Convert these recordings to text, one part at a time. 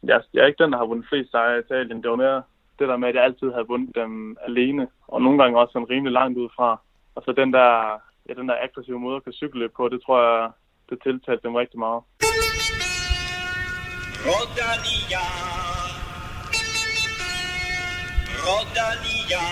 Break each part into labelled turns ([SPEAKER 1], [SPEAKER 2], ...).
[SPEAKER 1] jeg er ikke den, der har vundet flest sejre i Italien. Det var mere det der med, at jeg altid havde vundet dem alene, og nogle gange også sådan rimelig langt ud fra. Og så den der aggressive måde at kan cykle på, det tror jeg, det tiltalte dem rigtig meget.
[SPEAKER 2] Rodalia, Rodalia.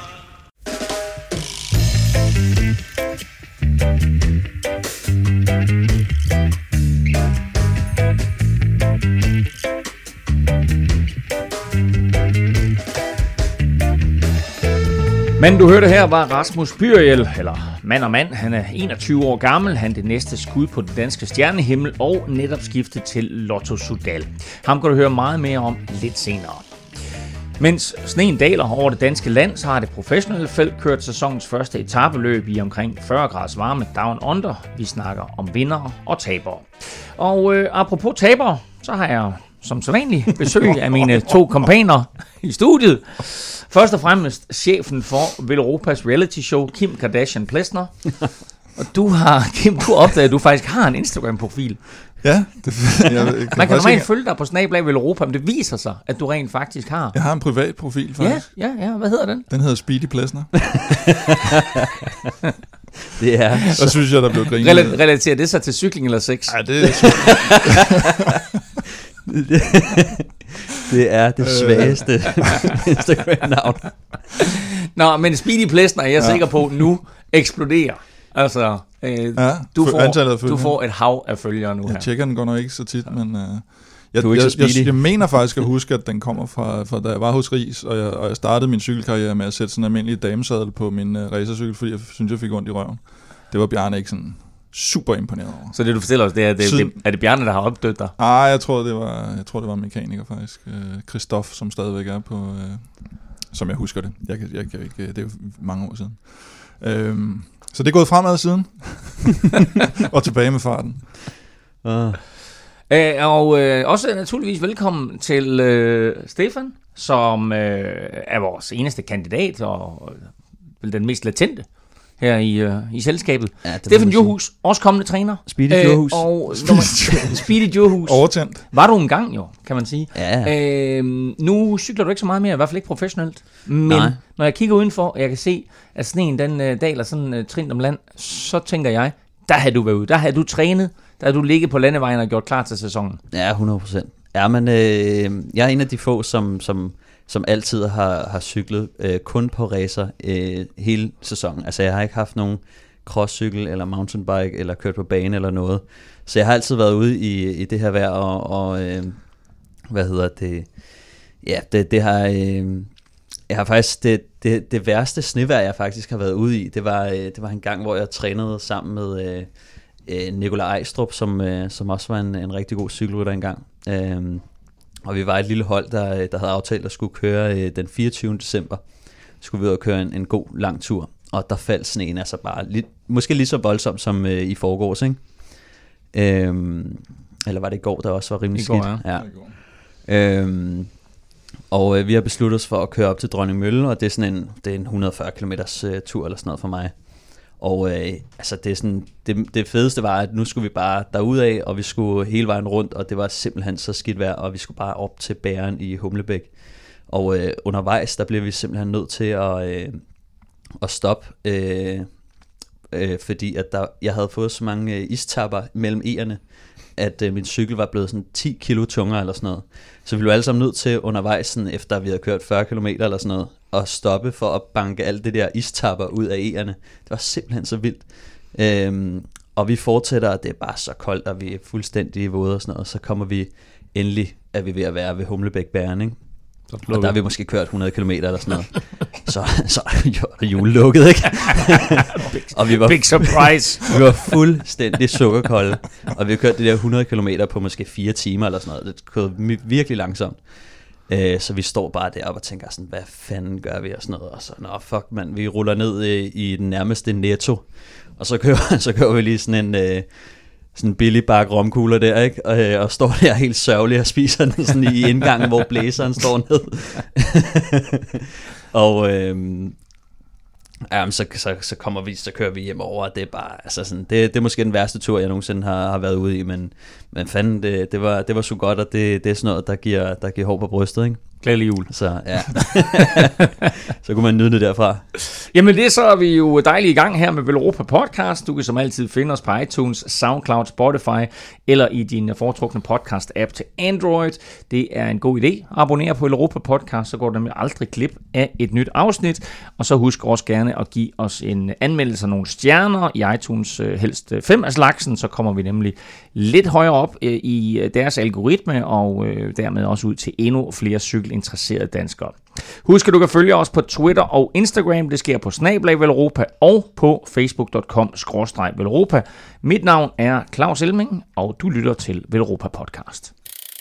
[SPEAKER 3] Men du hørte her var Rasmus Byriel, eller mand og mand. Han er 21 år gammel. Han er det næste skud på den danske stjernehimmel og netop skiftet til Lotto Soudal. Ham kan du høre meget mere om lidt senere. Mens sneen daler over det danske land, så har det professionelle felt kørt sæsonens første etapeløb i omkring 40 graders varme down under. Vi snakker om vindere og tabere. Og apropos tabere, så har jeg som sædvanligt besøg af mine 2 kompaner i studiet. Først og fremmest chefen for Velropas reality show, Kim Kardashian Plesner. Og Kim, du opdager, at du faktisk har en Instagram-profil.
[SPEAKER 4] Ja.
[SPEAKER 3] Man kan normalt følge dig på @Velropa, men det viser sig, at du rent faktisk har.
[SPEAKER 4] Jeg har en privat profil, faktisk.
[SPEAKER 3] Ja. Hvad hedder den?
[SPEAKER 4] Den hedder Speedy Plesner.
[SPEAKER 3] Det er.
[SPEAKER 4] Og synes jeg, der blev grinet.
[SPEAKER 3] Relaterer det sig til cykling eller sex?
[SPEAKER 4] Nej, det er
[SPEAKER 5] Det er det svageste Instagram-navn.
[SPEAKER 3] Nå, men Speedy Plesner er jeg sikker på nu eksploderer. Altså, du får et hav af følgere nu her.
[SPEAKER 4] Jeg tjekker den godt nok ikke så tit, men jeg mener faktisk at huske, at den kommer fra da jeg var hos Ries, og jeg startede min cykelkarriere med at sætte sådan en almindelig damesadel på min racercykel, fordi jeg synes, jeg fik ondt i røven. Det var Bjarne ikke sådan super imponeret over.
[SPEAKER 3] Så det du fortæller os, det er det Bjarne, der har opdødt dig?
[SPEAKER 4] Nej, jeg tror det var en mekaniker faktisk. Christoph, som stadigvæk er på, som jeg husker det. Jeg kan ikke, det er jo mange år siden. Så det er gået fremad siden. Og tilbage med farten.
[SPEAKER 3] Også naturligvis velkommen til Stefan, som er vores eneste kandidat og vel den mest latente her i selskabet. Ja, Stefan Johus, også kommende træner.
[SPEAKER 5] Speedy Johus.
[SPEAKER 3] Speedy Johus.
[SPEAKER 4] Overtændt.
[SPEAKER 3] Var du en gang jo, kan man sige.
[SPEAKER 5] Ja.
[SPEAKER 3] Nu cykler du ikke så meget mere, i hvert fald ikke professionelt. Men når jeg kigger udenfor, og jeg kan se, at sneen den daler sådan trin om land, så tænker jeg, der havde du været ude. Der havde du trænet. Der havde du ligget på landevejen og gjort klar til sæsonen.
[SPEAKER 5] Ja, 100%. Ja, men jeg er en af de få, som altid har cyklet kun på racer hele sæsonen. Altså jeg har ikke haft nogen crosscykel eller mountainbike eller kørt på bane eller noget. Så jeg har altid været ude i det her vejr og hvad hedder det? Ja, det har jeg har faktisk det værste snevejr jeg faktisk har været ude i. Det var en gang hvor jeg trænede sammen med Nikolaj Ejstrup, som også var en rigtig god cykelrytter engang. Og vi var et lille hold, der havde aftalt at skulle køre den 24. december. Skulle vi ud og køre en god lang tur. Og der faldt sneen altså bare måske lige så voldsomt som i forgårs, ikke? Eller var det i går, der også var rimelig skidt? Ja. Og vi har besluttet os for at køre op til Dronningmølle, og det er sådan en 140 km tur eller sådan noget for mig. Og altså det er sådan det fedeste var, at nu skulle vi bare derudad, og vi skulle hele vejen rundt, og det var simpelthen så skidt vejr, og vi skulle bare op til bæren i Humlebæk. Og undervejs, der blev vi simpelthen nødt til at stoppe, fordi at jeg havde fået så mange istapper mellem egerne, at min cykel var blevet sådan 10 kilo tungere eller sådan noget. Så vi blev alle sammen nødt til undervejs, sådan, efter vi havde kørt 40 km eller sådan noget, at stoppe for at banke alt det der istapper ud af egerne. Det var simpelthen så vildt. Og vi fortsætter, og det er bare så koldt, og vi er fuldstændig våde og sådan noget. Så kommer vi endelig, er vi ved at være ved Humlebæk-bæren, ikke? Og der har vi måske kørt 100 km eller sådan noget. Så er julen lukket, ikke? Og vi var,
[SPEAKER 3] big surprise.
[SPEAKER 5] Vi var fuldstændig sukkerkolde. Og vi kørte det der 100 km på måske 4 timer eller sådan noget. Det kørte virkelig langsomt. Så vi står bare deroppe og tænker sådan, hvad fanden gør vi og sådan noget. Og så, fuck mand, vi ruller ned i den nærmeste Netto. Og så kører vi lige sådan en billig bakke romkugler der, ikke? Og står der helt sørgelig og spiser den sådan i indgangen, hvor blæseren står ned. Jamen, så kører vi hjem over, det er bare, altså sådan, det er måske den værste tur, jeg nogensinde har været ude i, men fanden, det var så godt, og det er sådan noget, der giver hår på brystet, ikke?
[SPEAKER 3] Glædelig jul.
[SPEAKER 5] Så ja, så kunne man nyde det derfra.
[SPEAKER 3] Jamen det så er vi jo dejligt i gang her med Velropa Podcast. Du kan som altid finde os på iTunes, SoundCloud, Spotify eller i din foretrukne podcast-app til Android. Det er en god idé. Abonner på Velropa Podcast, så går du nemlig aldrig glip af et nyt afsnit. Og så husk også gerne at give os en anmeldelse af nogle stjerner i iTunes, helst 5 af slagsen. Så kommer vi nemlig lidt højere op i deres algoritme og dermed også ud til endnu flere cykelinteresserede danskere. Husk, at du kan følge os på Twitter og Instagram. Det sker på @Velropa og på facebook.com/Velropa. Mit navn er Claus Elming, og du lytter til Velropa Podcast.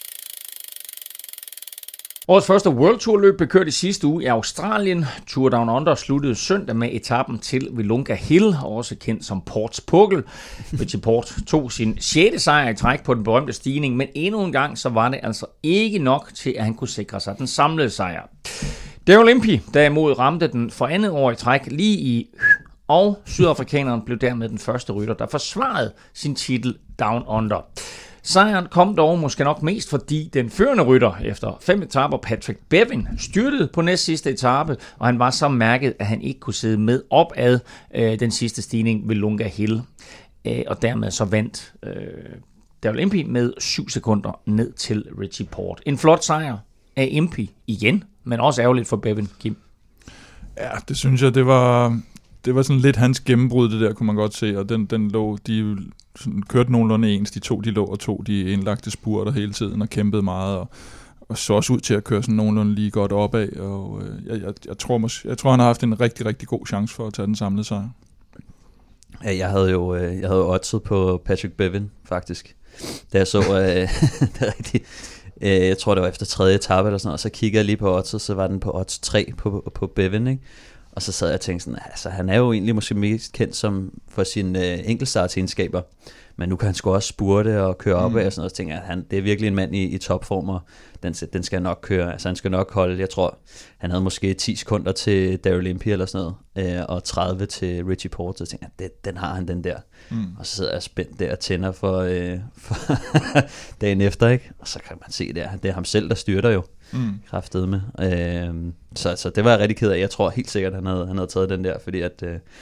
[SPEAKER 3] Årets første World Tour løb blev kørt i sidste uge i Australien. Tour Down Under sluttede søndag med etappen til Willunga Hill, også kendt som Ports Pukkel. Richie Port tog sin 6. sejr i træk på den berømte stigning, men endnu en gang så var det altså ikke nok til, at han kunne sikre sig den samlede sejr. Daryl Impey derimod ramte den for andet år i træk lige i, og sydafrikaneren blev dermed den første rytter, der forsvarede sin titel Down Under. Sejren kom dog måske nok mest, fordi den førende rytter efter 5 etaper, Patrick Bevin, styrtede på næst sidste etape, og han var så mærket, at han ikke kunne sidde med opad den sidste stigning ved Willunga Hill. Og dermed så vandt Daryl Impey med 7 sekunder ned til Richie Port. En flot sejr af Impey igen, men også ærgerligt for Bevin, Kim.
[SPEAKER 4] Ja, det synes jeg, det var sådan lidt hans gennembrud, det der, kunne man godt se, og den lå, de kørte nogenlunde ens, de lå de indlagte spurter hele tiden og kæmpede meget, og så også ud til at køre sådan nogenlunde lige godt opad, og jeg tror, han har haft en rigtig, rigtig god chance for at tage den samlede sejr.
[SPEAKER 5] Ja, jeg havde jo oddset på Patrick Bevin, faktisk. Da jeg så, det er rigtigt, jeg tror, det var efter 3. etape eller sådan noget, og så kiggede jeg lige på oddset, så var den på odds 3 på Bevin, ikke? Og så sad jeg og tænkte sådan, altså han er jo egentlig måske mest kendt for sine enkeltstartsegenskaber, men nu kan han sgu også spurte og køre opad og sådan noget, så tænker jeg, det er virkelig en mand i topform, og den skal nok køre, altså han skal nok holde, jeg tror, han havde måske 10 sekunder til Daryl Impey eller sådan noget, og 30 til Richie Port, så tænker jeg, den har han den der, og så sidder jeg spændt der og tænder for dagen efter, ikke? Og så kan man se det er ham selv, der styrter jo, kraftedeme. Så det var jeg rigtig ked af. Jeg tror helt sikkert, han havde taget den der, fordi at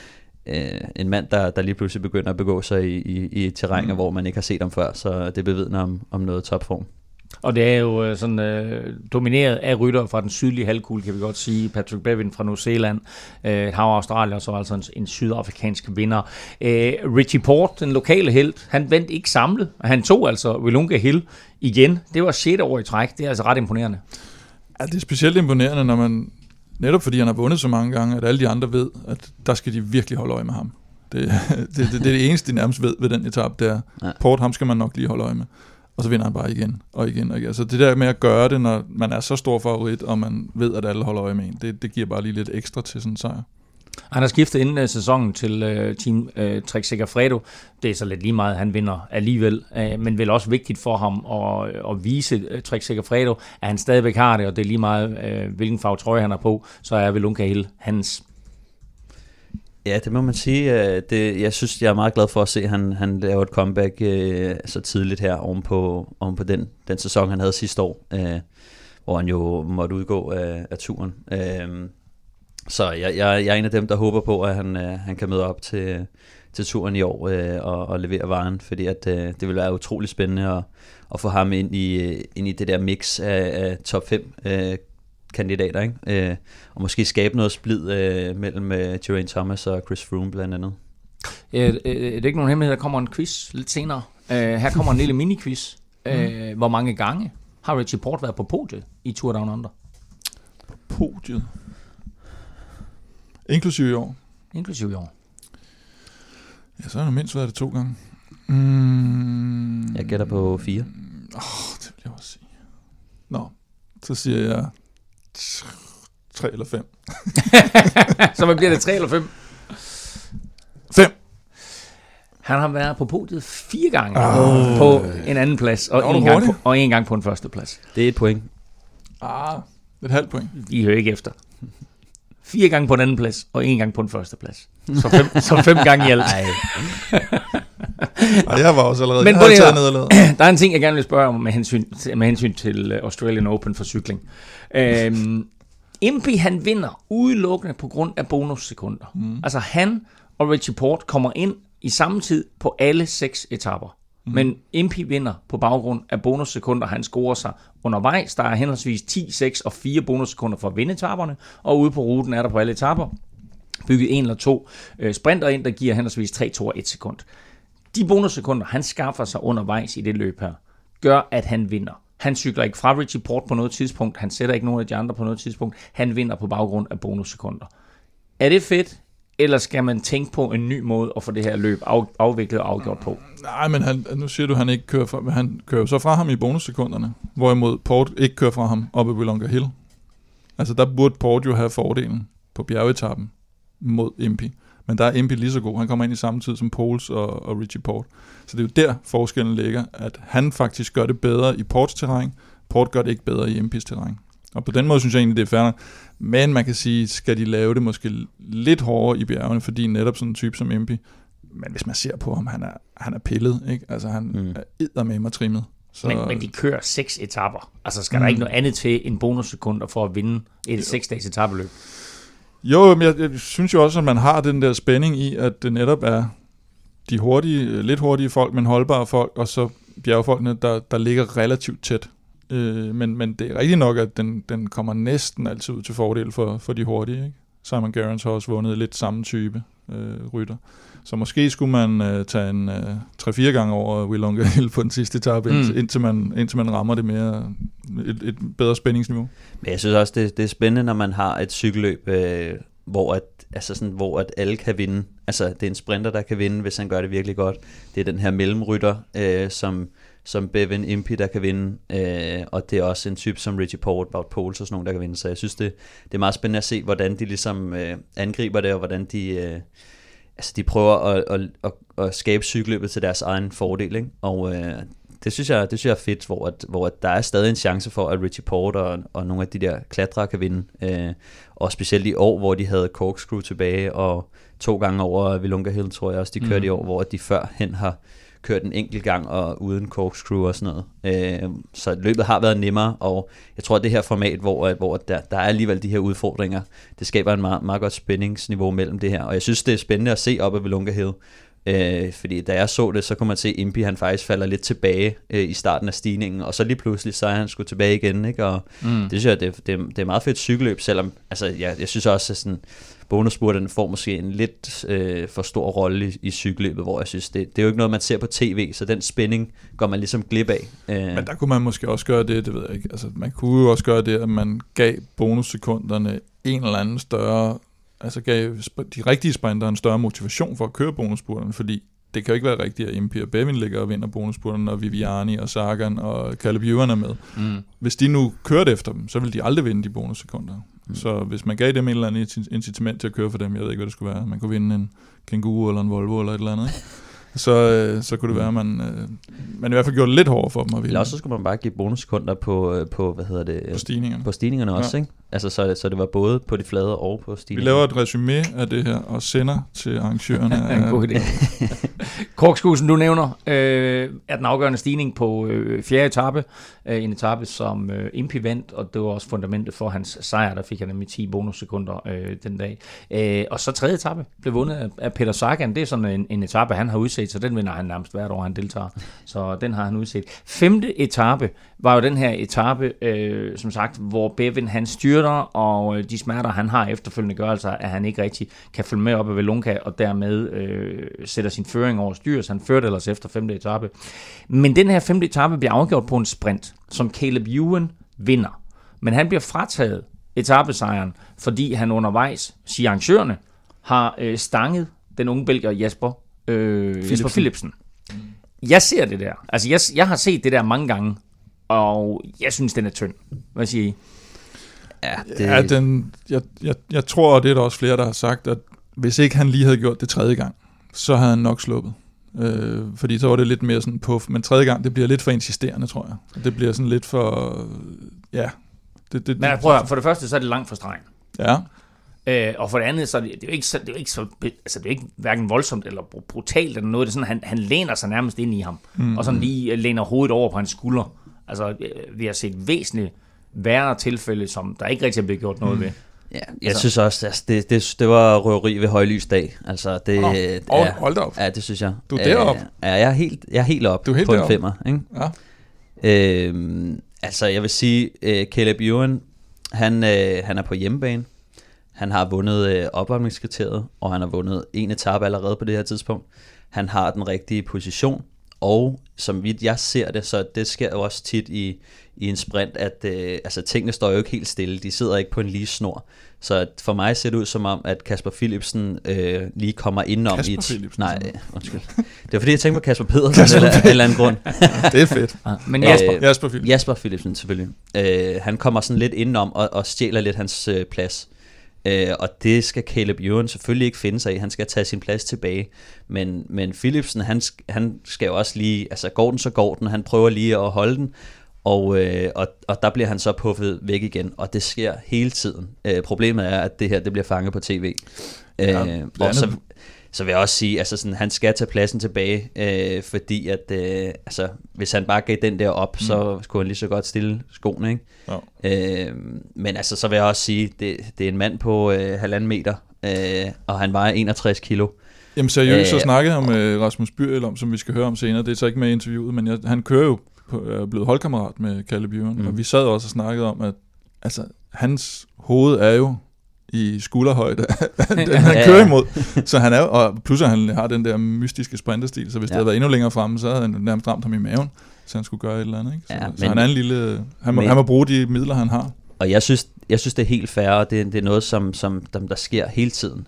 [SPEAKER 5] en mand, der lige pludselig begynder at begå sig i terræner, hvor man ikke har set ham før, så det bevidner om noget topform.
[SPEAKER 3] Og det er jo sådan domineret af rytter fra den sydlige halvkugle, kan vi godt sige. Patrick Bevin fra New Zealand, Hav Australien, og så altså en sydafrikansk vinder. Richie Port, den lokale helt, han vandt ikke samlet. Han tog altså Willunga Hill igen. Det var 6. år i træk. Det er altså ret imponerende.
[SPEAKER 4] Ja, det er specielt imponerende, når man, netop fordi han har vundet så mange gange, at alle de andre ved, at der skal de virkelig holde øje med ham. Det er det eneste, de nærmest ved den etape, der. Ja. Port, ham skal man nok lige holde øje med. Og så vinder han bare igen og igen og igen. Så det der med at gøre det, når man er så stor favorit, og man ved, at alle holder øje med en, det giver bare lige lidt ekstra til sådan en sejr.
[SPEAKER 3] Han har skiftet inden sæsonen til Team Trek Segafredo. Det er så lidt lige meget, han vinder alligevel. Men vel også vigtigt for ham at vise Trek Segafredo, at han stadigvæk har det, og det er lige meget, hvilken farve trøje han har på, så er Willunga Hill hans.
[SPEAKER 5] Ja, det må man sige. Jeg synes, jeg er meget glad for at se, at han laver et comeback så tidligt her oven på den sæson, han havde sidste år, hvor han jo måtte udgå af turen. Så jeg er en af dem, der håber på, at han kan møde op til turen i år og levere varen, fordi at det vil være utrolig spændende at få ham ind i det der mix af top 5 kandidater, ikke? Og måske skabe noget splid mellem Geraint Thomas og Chris Froome blandt andet.
[SPEAKER 3] Det er ikke nogen hemmelighed, der kommer en quiz lidt senere. Her kommer en lille mini-quiz. Hvor mange gange har Richie Port været på podiet i Tour Down Under?
[SPEAKER 4] På podiet? Inklusive i år?
[SPEAKER 3] Inklusive i år.
[SPEAKER 4] Ja, så har det mindst været det 2 gange.
[SPEAKER 5] Jeg gætter på 4.
[SPEAKER 4] Det vil jeg også sige. Nå, så siger jeg 3 eller 5.
[SPEAKER 3] Så hvad bliver det, 3 eller 5?
[SPEAKER 4] 5.
[SPEAKER 3] Han har været på podiet 4 gange på en anden plads, og en gang på en første plads.
[SPEAKER 5] Det er 1 point.
[SPEAKER 4] Et halvt point.
[SPEAKER 3] I hører ikke efter. 4 gange på den anden plads, og 1 gang på den første plads. Så 5 gange i alt.
[SPEAKER 4] Og jeg var også allerede
[SPEAKER 3] der er en ting, jeg gerne vil spørge om med hensyn til Australian Open for cykling. Impey, han vinder udelukkende på grund af bonussekunder. Altså han og Richie Porte kommer ind i samme tid på alle 6 etaper. Men Impey vinder på baggrund af bonussekunder. Han scorer sig undervejs. Der er henholdsvis 10, 6 og 4 bonussekunder for at vinde etaperne. Og ude på ruten er der på alle etaper bygget 1 eller 2 sprinter ind, der giver henholdsvis 3, 2 og 1 sekund. De bonussekunder, han skaffer sig undervejs i det løb her, gør, at han vinder. Han cykler ikke fra Richie Porte på noget tidspunkt. Han sætter ikke nogen af de andre på noget tidspunkt. Han vinder på baggrund af bonussekunder. Er det fedt? Eller skal man tænke på en ny måde at få det her løb afviklet og afgjort på?
[SPEAKER 4] Nej, men nu siger du, at han ikke kører fra, men han kører jo så fra ham i bonussekunderne, hvorimod Porte ikke kører fra ham oppe i Willunga Hill. Altså der burde Porte jo have fordelen på bjergetappen mod Impey. Men der er Impey lige så god. Han kommer ind i samme tid som Poels og Richie Porte. Så det er jo der forskellen ligger, at han faktisk gør det bedre i Portes terræn. Porte gør det ikke bedre i Impeys terræn. Og på den måde synes jeg egentlig, det er fair. Men man kan sige, skal de lave det måske lidt hårdere i bjergene, fordi netop sådan en type som Impey. Men hvis man ser på ham, han er pillet, ikke? Altså han er eddermame trimmet. Så...
[SPEAKER 3] Men de kører 6 etaper. Altså skal der ikke noget andet til en bonussekunder for at vinde et 6-dages etapeløb?
[SPEAKER 4] Jo, men jeg synes jo også, at man har den der spænding i, at det netop er de hurtige, lidt hurtige folk, men holdbare folk, og så bjergfolkene, der ligger relativt tæt. Men det er rigtigt nok, at den kommer næsten altid ud til fordel for de hurtige. Ikke? Simon Gerrans har også vundet lidt samme type rytter. Så måske skulle man tage en 3-4 gange over Willunga Hill på den sidste etape, indtil man rammer det mere et bedre spændingsniveau.
[SPEAKER 5] Men jeg synes også, det er spændende, når man har et cykelløb, hvor at alle kan vinde. Altså det er en sprinter, der kan vinde, hvis han gør det virkelig godt. Det er den her mellemrytter, som Bevan Impey, der kan vinde, og det er også en type som Richie Porte, Wout Poels og sådan nogen, der kan vinde. Så jeg synes, det er meget spændende at se, hvordan de ligesom angriber det, og hvordan de prøver at skabe cykelløbet til deres egen fordel, ikke? Og det synes jeg er fedt, hvor der er stadig en chance for, at Richie Porte og nogle af de der klatrere kan vinde. Og specielt i år, hvor de havde Corkscrew tilbage, og 2 gange over Willunga Hill, tror jeg også, de kørte i år, hvor de førhen har kørt en enkelt gang og uden corkscrew og sådan noget. Så løbet har været nemmere, og jeg tror, at det her format, hvor der er alligevel de her udfordringer, det skaber en meget, meget godt spændingsniveau mellem det her. Og jeg synes, det er spændende at se op ad Willunga Hill, fordi da jeg så det, så kunne man se, at Impey han faktisk falder lidt tilbage i starten af stigningen, og så lige pludselig, så er han sgu tilbage igen, ikke? Og det synes jeg, det er meget fedt cykelløb, selvom altså, jeg synes også, at sådan bonusspurterne får måske en lidt for stor rolle i cykelløbet, hvor jeg synes, det er jo ikke noget, man ser på tv, så den spænding går man ligesom glip af.
[SPEAKER 4] Men der kunne man måske også gøre det ved jeg ikke. Altså, man kunne jo også gøre det, at man gav bonussekunderne en eller anden større, altså gav de rigtige sprinter en større motivation for at køre bonusspurterne, fordi det kan jo ikke være rigtigt, at Impey og Bevin ligger og vinder bonusspurterne, og Viviani og Sagan og Caleb Ewan er med. Hvis de nu kørte efter dem, så ville de aldrig vinde de bonussekunder. Så hvis man gav dem en eller anden incitament til at køre for dem, jeg ved ikke, hvad det skulle være, man kunne vinde en Kangoo eller en Volvo eller et eller andet, så kunne det være, at man i hvert fald gjorde det lidt hårdere for dem at vinde.
[SPEAKER 5] Eller også så skulle man bare give bonussekunder på hvad hedder det?
[SPEAKER 4] På stigningerne
[SPEAKER 5] også, ikke? Altså så det var både på de flade og på stigningerne.
[SPEAKER 4] Vi laver et resumé af det her og sender til arrangørerne.
[SPEAKER 3] En god idé. Korkskusen, du nævner, er den afgørende stigning på 4. etape. En etape, som Impey vandt, og det var også fundamentet for hans sejr. Der fik han nemlig 10 bonussekunder den dag. Og så 3. etape blev vundet af Peter Sagan. Det er sådan en etape, han har udset, så den vinder han nærmest hvert år, han deltager. Så den har han udset. 5. etape var jo den her etape, som sagt, hvor Bevin han styrter, og de smerter, han har efterfølgende, gør altså, at han ikke rigtig kan følge med op ad Willunga, og dermed sætter sin føring over styr, så han førte ellers efter 5. etape. Men den her 5. etape bliver afgjort på en sprint, som Caleb Ewan vinder. Men han bliver frataget etapesejren, fordi han undervejs, siger arrangørerne, har stanget den unge belgier Jasper Philipsen. Jeg ser det der. Altså, jeg har set det der mange gange, og jeg synes, den er tynd. Hvad siger I?
[SPEAKER 4] Jeg tror, og det er der også flere, der har sagt, at hvis ikke han lige havde gjort det 3. gang, så havde han nok sluppet. Fordi så var det lidt mere sådan puff. Men 3. gang, det bliver lidt for insisterende, tror jeg. Det bliver sådan lidt for... Ja.
[SPEAKER 3] Men prøv at, for det første, så er det langt fra stregen.
[SPEAKER 4] Ja.
[SPEAKER 3] Og for det andet, så er det jo ikke hverken voldsomt eller brutalt eller noget. Det er sådan, han læner sig nærmest ind i ham, og sådan lige læner hovedet over på hans skulder. Altså, vi har set væsentligt værre tilfælde, som der ikke rigtig er blevet gjort noget ved.
[SPEAKER 5] Ja, jeg synes også, altså, det var røveri ved højlysdag. Altså,
[SPEAKER 4] hold da op.
[SPEAKER 5] Ja, det synes jeg.
[SPEAKER 4] Du er deroppe.
[SPEAKER 5] Ja, jeg er helt op på en 5'er. Ikke? Ja. Altså, jeg vil sige, Caleb Ewan, han er på hjemmebane. Han har vundet opvarmningskriteriet, og han har vundet en etape allerede på det her tidspunkt. Han har den rigtige position, og som vidt jeg ser det, så det sker jo også tit i en sprint, at altså, tingene står jo ikke helt stille. De sidder ikke på en lige snor. Så for mig ser det ud som om, at Kasper Philipsen lige kommer indenom i et... Nej, undskyld. Det var fordi, jeg tænkte på Kasper Pedersen af en eller anden grund.
[SPEAKER 4] Det er fedt.
[SPEAKER 3] Men
[SPEAKER 5] Jasper Philipsen selvfølgelig. Han kommer sådan lidt indenom og stjæler lidt hans plads. Og det skal Caleb Ewan selvfølgelig ikke finde sig i. Han skal tage sin plads tilbage. Men Philipsen, han skal jo også lige... Altså, går den, så går den. Han prøver lige at holde den. Og der bliver han så puffet væk igen, og det sker hele tiden. Problemet er, at det her det bliver fanget på tv. Og så vil jeg også sige, altså sådan, han skal tage pladsen tilbage, fordi at altså, hvis han bare gav den der op, så skulle han lige så godt stille skoene, ikke? Ja. Men altså, så vil jeg også sige, det er en mand på 1,5 meter, og han vejer 61 kilo.
[SPEAKER 4] Jamen seriøst, så snakkede jeg med Rasmus Byrjel om, som vi skal høre om senere. Det er så ikke med i interviewet, men han kører jo blevet holdkammerat med Caleb Ewan, og vi sad også og snakkede om, at altså, hans hoved er jo i skulderhøjde, han kører imod, så han er jo, og pludselig han har den der mystiske sprinterstil, så hvis det havde været endnu længere fremme, så havde han nærmest ramt ham i maven, så han skulle gøre et eller andet, ikke? Så han er en lille, han må bruge de midler, han har.
[SPEAKER 5] Og jeg synes det er helt fair, og det er noget, som der sker hele tiden.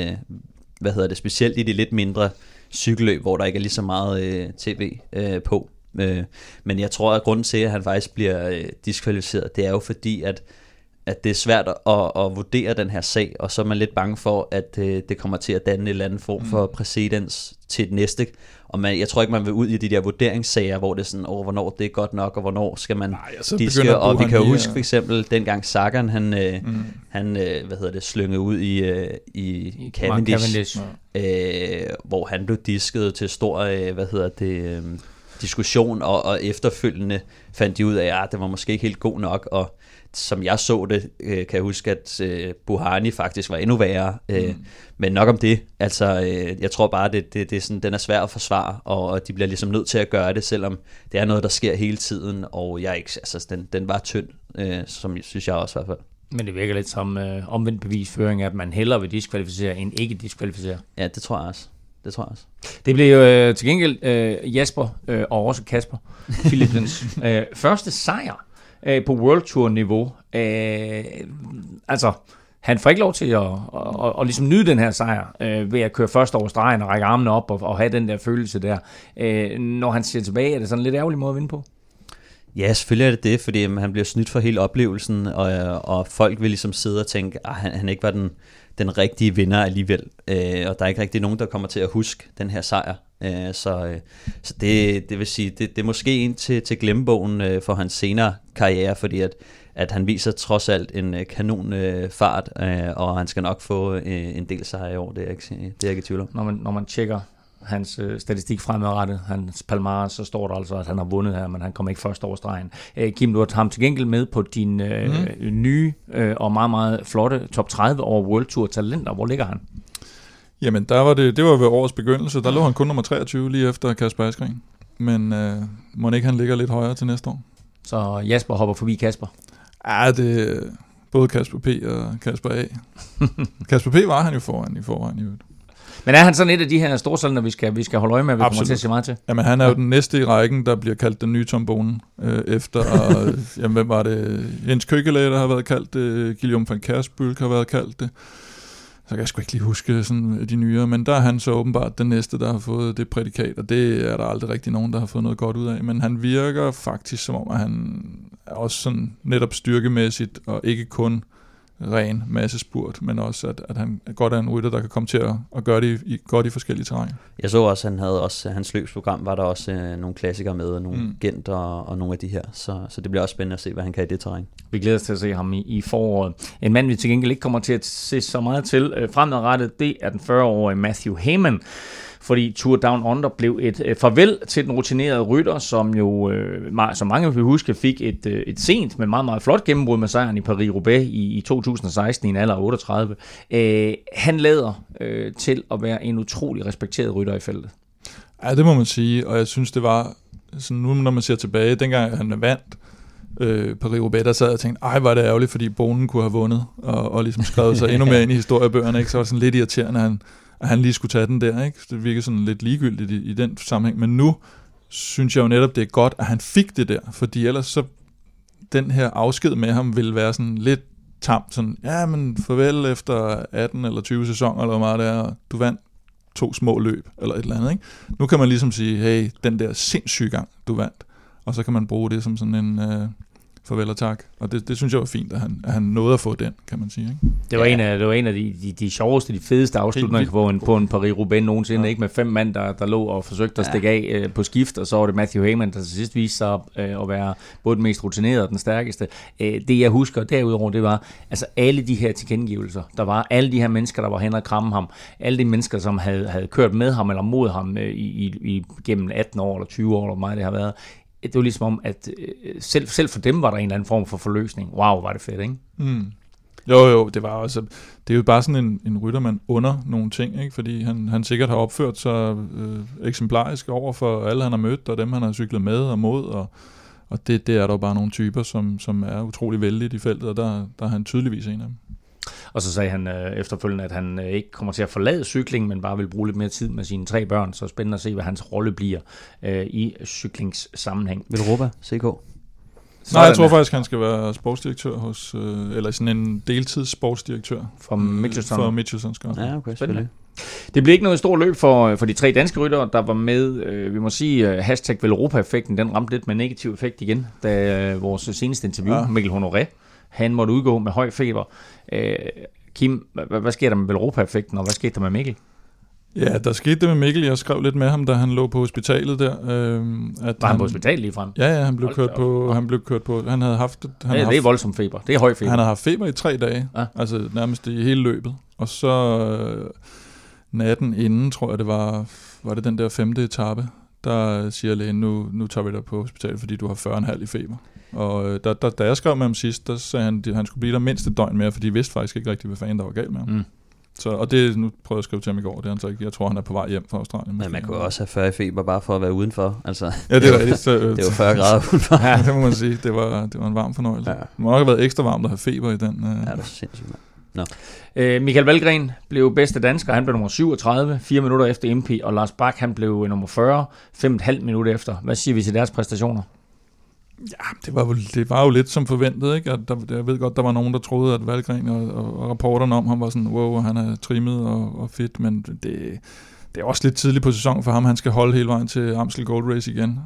[SPEAKER 5] Specielt i de lidt mindre cykelløb, hvor der ikke er lige så meget tv på. Men jeg tror, at grunden til, at han faktisk bliver diskvalificeret, det er jo fordi, at det er svært at vurdere den her sag, og så er man lidt bange for, at det kommer til at danne en eller anden form for præcedens til det næste. Og jeg tror ikke, man vil ud i de der vurderingssager, hvor det er sådan, hvornår det er godt nok, og hvornår skal man diske. Og vi kan jo huske for eksempel, dengang Sagan, han slyngede ud i Cavendish. Hvor han blev disket til stor, diskussion, og efterfølgende fandt de ud af, at det var måske ikke helt god nok, og som jeg så det, kan jeg huske, at Buhani faktisk var endnu værre. Men nok om det. Altså, jeg tror bare, det er sådan, den er svær at forsvare, og de bliver ligesom nødt til at gøre det, selvom det er noget, der sker hele tiden, og jeg ikke, altså, den var tynd, som synes jeg også i hvert fald.
[SPEAKER 3] Men det virker lidt som omvendt bevisføring, at man hellere vil diskvalificere, end ikke diskvalificere.
[SPEAKER 5] Ja, det tror jeg også.
[SPEAKER 3] Det blev jo til gengæld Jasper og også Kasper Philipsens første sejr på World Tour niveau. Altså, han får ikke lov til at ligesom nyde den her sejr ved at køre først over stregen og række armene op og have den der følelse der. Når han ser tilbage, er det sådan en lidt ærgerlig måde at vinde på?
[SPEAKER 5] Ja, selvfølgelig er det, fordi han bliver snydt for hele oplevelsen, og folk vil ligesom sidde og tænke, at han ikke var den rigtige vinder alligevel, og der er ikke rigtig nogen, der kommer til at huske den her sejr. Så det vil sige, det er måske en til glemmebogen for hans senere karriere, fordi at han viser trods alt en kanon fart, og han skal nok få en del sejre i år, det er jeg ikke i tvivl om.
[SPEAKER 3] Når man tjekker hans statistik fremadrettet, hans palmarès, så står der altså, at han har vundet her, men han kommer ikke først over stregen. Kim, du har ham til gengæld med på din nye og meget, meget flotte top 30 over World Tour talenter. Hvor ligger han?
[SPEAKER 4] Jamen, det var ved årets begyndelse. Der lå han kun nummer 23 lige efter Kasper Asgreen. Men må ikke han ligger lidt højere til næste år?
[SPEAKER 3] Så Jasper hopper forbi Kasper?
[SPEAKER 4] Ja, det er både Kasper P. og Kasper A. Kasper P. var han jo foran i forvejen.
[SPEAKER 3] Men er han sådan et af de her stortalenter, vi skal holde øje med, vi kommer til at se meget til?
[SPEAKER 4] Jamen, han er jo den næste i rækken, der bliver kaldt den nye Tom Bonen, efter, jamen, hvem var det? Jens Køkkelæge, der har været kaldt det, Guillaume van Kersbølk har været kaldt det. Så kan jeg sgu ikke lige huske sådan de nyere, men der er han så åbenbart den næste, der har fået det prædikat, og det er der aldrig rigtig nogen, der har fået noget godt ud af. Men han virker faktisk som om, at han er også sådan netop styrkemæssigt, og ikke kun ren massespurt, men også at han godt er en rytter, der kan komme til at gøre det godt i forskellige terræn.
[SPEAKER 5] Jeg så også, han havde også hans løbsprogram, var der også nogle klassikere med, og nogle Gent og nogle af de her, så det bliver også spændende at se, hvad han kan i det terræn.
[SPEAKER 3] Vi glæder os til at se ham i foråret. En mand, vi til gengæld ikke kommer til at se så meget til fremadrettet, det er den 40-årige Matthew Hayman, fordi Tour Down Under blev et farvel til den rutinerede rytter, som jo, som mange vil huske, fik et sent, men meget, meget flot gennembrud med sejren i Paris-Roubaix i 2016 i en alder af 38. Han lader til at være en utrolig respekteret rytter i feltet.
[SPEAKER 4] Ja, det må man sige, og jeg synes, det var sådan, nu når man ser tilbage, dengang han vandt Paris-Roubaix, der sad jeg og tænkte, var det ærgerligt, fordi Bonen kunne have vundet, og ligesom skrevet sig endnu mere ind i historiebøgerne, ikke? Så var det sådan lidt irriterende, at han lige skulle tage den der, ikke? Det virker sådan lidt ligegyldigt i den sammenhæng, men nu synes jeg jo netop, det er godt, at han fik det der, fordi ellers så den her afsked med ham ville være sådan lidt tamt, sådan, men farvel efter 18 eller 20 sæsoner, eller hvor meget det er, du vandt 2 små løb, eller et eller andet, ikke? Nu kan man ligesom sige, hey, den der sindssyge gang, du vandt, og så kan man bruge det som sådan en farvel og tak. Og det synes jeg var fint, at han nåede at få den, kan man sige. Ikke?
[SPEAKER 3] Det var en af de sjoveste, de fedeste afslutninger på en Paris-Roubaix nogensinde, ikke? Med 5 mand, der lå og forsøgte at stikke af på skift, og så var det Matthew Hayman, der til sidst viste sig at være både den mest rutinerede og den stærkeste. Det jeg husker derudover, det var altså alle de her tilkendegivelser. Der var alle de her mennesker, der var hen og kramme ham. Alle de mennesker, som havde kørt med ham eller mod ham gennem 18 år eller 20 år, eller hvor meget det har været. Det var ligesom om, at selv for dem var der en eller anden form for forløsning. Wow, var det fedt, ikke?
[SPEAKER 4] Mm. Jo, det var også, det er jo bare sådan en rytter, man under nogle ting, ikke? Fordi han sikkert har opført sig eksemplarisk over for alle, han har mødt, og dem, han har cyklet med og mod, og det er der jo bare nogle typer, som er utrolig vældige i feltet, og der er han tydeligvis en af dem.
[SPEAKER 3] Og så sagde han efterfølgende, at han ikke kommer til at forlade cykling, men bare vil bruge lidt mere tid med sine 3 børn. Så spændende at se, hvad hans rolle bliver i cyklingssammenhæng.
[SPEAKER 5] Velropa, CK?
[SPEAKER 4] Nej, jeg tror faktisk, han skal være sportsdirektør hos, eller sådan en deltidssportsdirektør.
[SPEAKER 3] For Mitchelson.
[SPEAKER 4] For Mitchelson, skal
[SPEAKER 5] ja, okay, selvfølgelig.
[SPEAKER 3] Det blev ikke noget stort løb for de 3 danske ryttere, der var med. Vi må sige, #Velropa-effekten, den ramte lidt med negativ effekt igen, da vores seneste interview, Mikkel Honoré, han måtte udgå med høj feber. Kim, hvad sker der med Velropa-effekten, og hvad skete der med Mikkel?
[SPEAKER 4] Ja, der skete det med Mikkel. Jeg skrev lidt med ham, da han lå på hospitalet der.
[SPEAKER 3] Var han på hospitalet ligefrem?
[SPEAKER 4] Ja, han blev kørt på. Han havde haft det.
[SPEAKER 3] Det er voldsom feber. Det er høj feber.
[SPEAKER 4] Han havde haft feber i 3 dage, altså nærmest i hele løbet. Og så natten inden, tror jeg det var det den der 5. etape, der siger lægen, nu tager vi dig på hospitalet, fordi du har 40,5 i feber. Og da jeg skrev med ham sidst, der sagde han, at han skulle blive der mindst et døgn mere, fordi de vidste faktisk ikke rigtig, hvad fanden der var galt med ham. Så, og det, nu prøvede jeg at skrive til ham i går, det er han så ikke. Jeg tror, han er på vej hjem fra Australien.
[SPEAKER 5] Men man kunne også have 40 i feber bare for at være udenfor. Altså,
[SPEAKER 4] ja, det var rigtigt.
[SPEAKER 5] Det var 40 grader udenfor.
[SPEAKER 4] Ja, det må man sige. Det var en varm fornøjelse. Ja. Det må nok have været ekstra varmt at have feber i den.
[SPEAKER 5] Ja, det er sindssygt. No.
[SPEAKER 3] Michael Valgren blev bedste dansker. Han blev nummer 37, 4 minutter efter MP, og Lars Bak, han blev nummer 40, 5,5 minutter efter. Hvad siger vi til deres præstationer?
[SPEAKER 4] Ja, det var jo lidt som forventet, ikke? Jeg ved godt, der var nogen, der troede, at Valgren og rapporterne om ham var sådan, wow, han er trimmet og fedt, men det er også lidt tidligt på sæsonen for ham. Han skal holde hele vejen til Amstel Gold Race igen,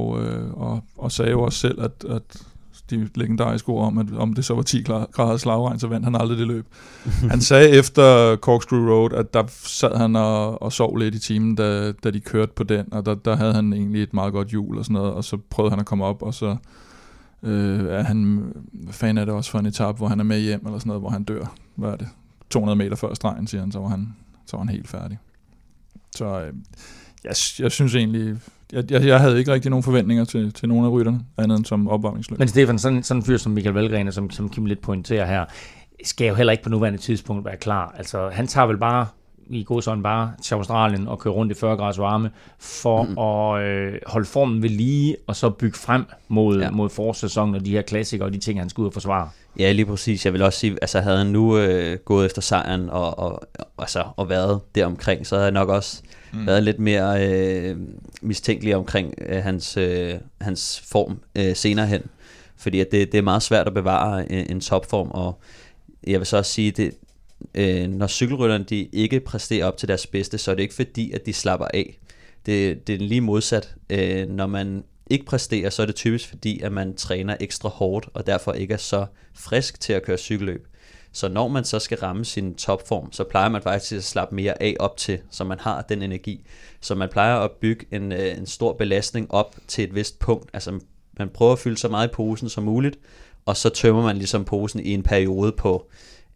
[SPEAKER 4] og sagde jo også selv, at de legendariske ord om, at om det så var 10 grader slagregn, så vandt han aldrig det løb. Han sagde efter Corkscrew Road, at der sad han og sov lidt i timen, da de kørte på den, og der havde han egentlig et meget godt hjul og sådan noget, og så prøvede han at komme op, og så er han, fan af det også for en etape, hvor han er med hjem, eller sådan noget, hvor han dør, hvad er det, 200 meter før stregen, siger han, så var han helt færdig. Så jeg synes egentlig, jeg havde ikke rigtig nogen forventninger til nogen af rytterne, andet end som opvarmningsløb.
[SPEAKER 3] Men Stefan, sådan en fyr som Michael Valgren, som Kim lidt pointerer her, skal jo heller ikke på nuværende tidspunkt være klar. Altså, han tager vel bare til Australien og kører rundt i 40 graders varme for at holde formen ved lige, og så bygge frem mod forårssæsonen og de her klassikere og de ting, han skal ud og forsvare.
[SPEAKER 5] Ja, lige præcis. Jeg vil også sige, altså havde han nu gået efter sejren og været deromkring, så havde han nok også været lidt mere mistænkelig omkring hans form senere hen. Fordi at det er meget svært at bevare en topform, og jeg vil så også sige, det når cykelrytterne de ikke præsterer op til deres bedste, så er det ikke fordi, at de slapper af. Det er lige modsat. Når man ikke præsterer, så er det typisk fordi, at man træner ekstra hårdt, og derfor ikke er så frisk til at køre cykelløb. Så når man så skal ramme sin topform, så plejer man faktisk at slappe mere af op til, så man har den energi. Så man plejer at bygge en stor belastning op til et vist punkt. Altså man prøver at fylde så meget i posen som muligt, og så tømmer man ligesom posen i en periode på,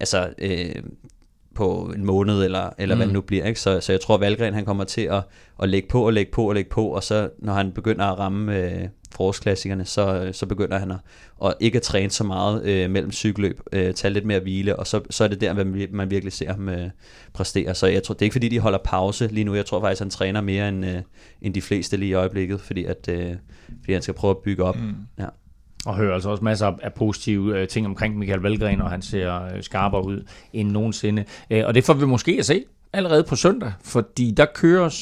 [SPEAKER 5] på en måned, eller hvad det nu bliver. Ikke? Så jeg tror, at Valgren han kommer til at lægge på, og så når han begynder at ramme forårsklassikerne, så begynder han at ikke at træne så meget mellem cykelløb, tage lidt mere hvile, og så er det der, man virkelig ser ham præstere. Så jeg tror, det er ikke fordi, de holder pause lige nu. Jeg tror faktisk, han træner mere end de fleste lige i øjeblikket, fordi han skal prøve at bygge op. Ja.
[SPEAKER 3] Og hører altså også masser af positive ting omkring Michael Valgren, og han ser skarpere ud end nogensinde. Og det får vi måske at se allerede på søndag, fordi der køres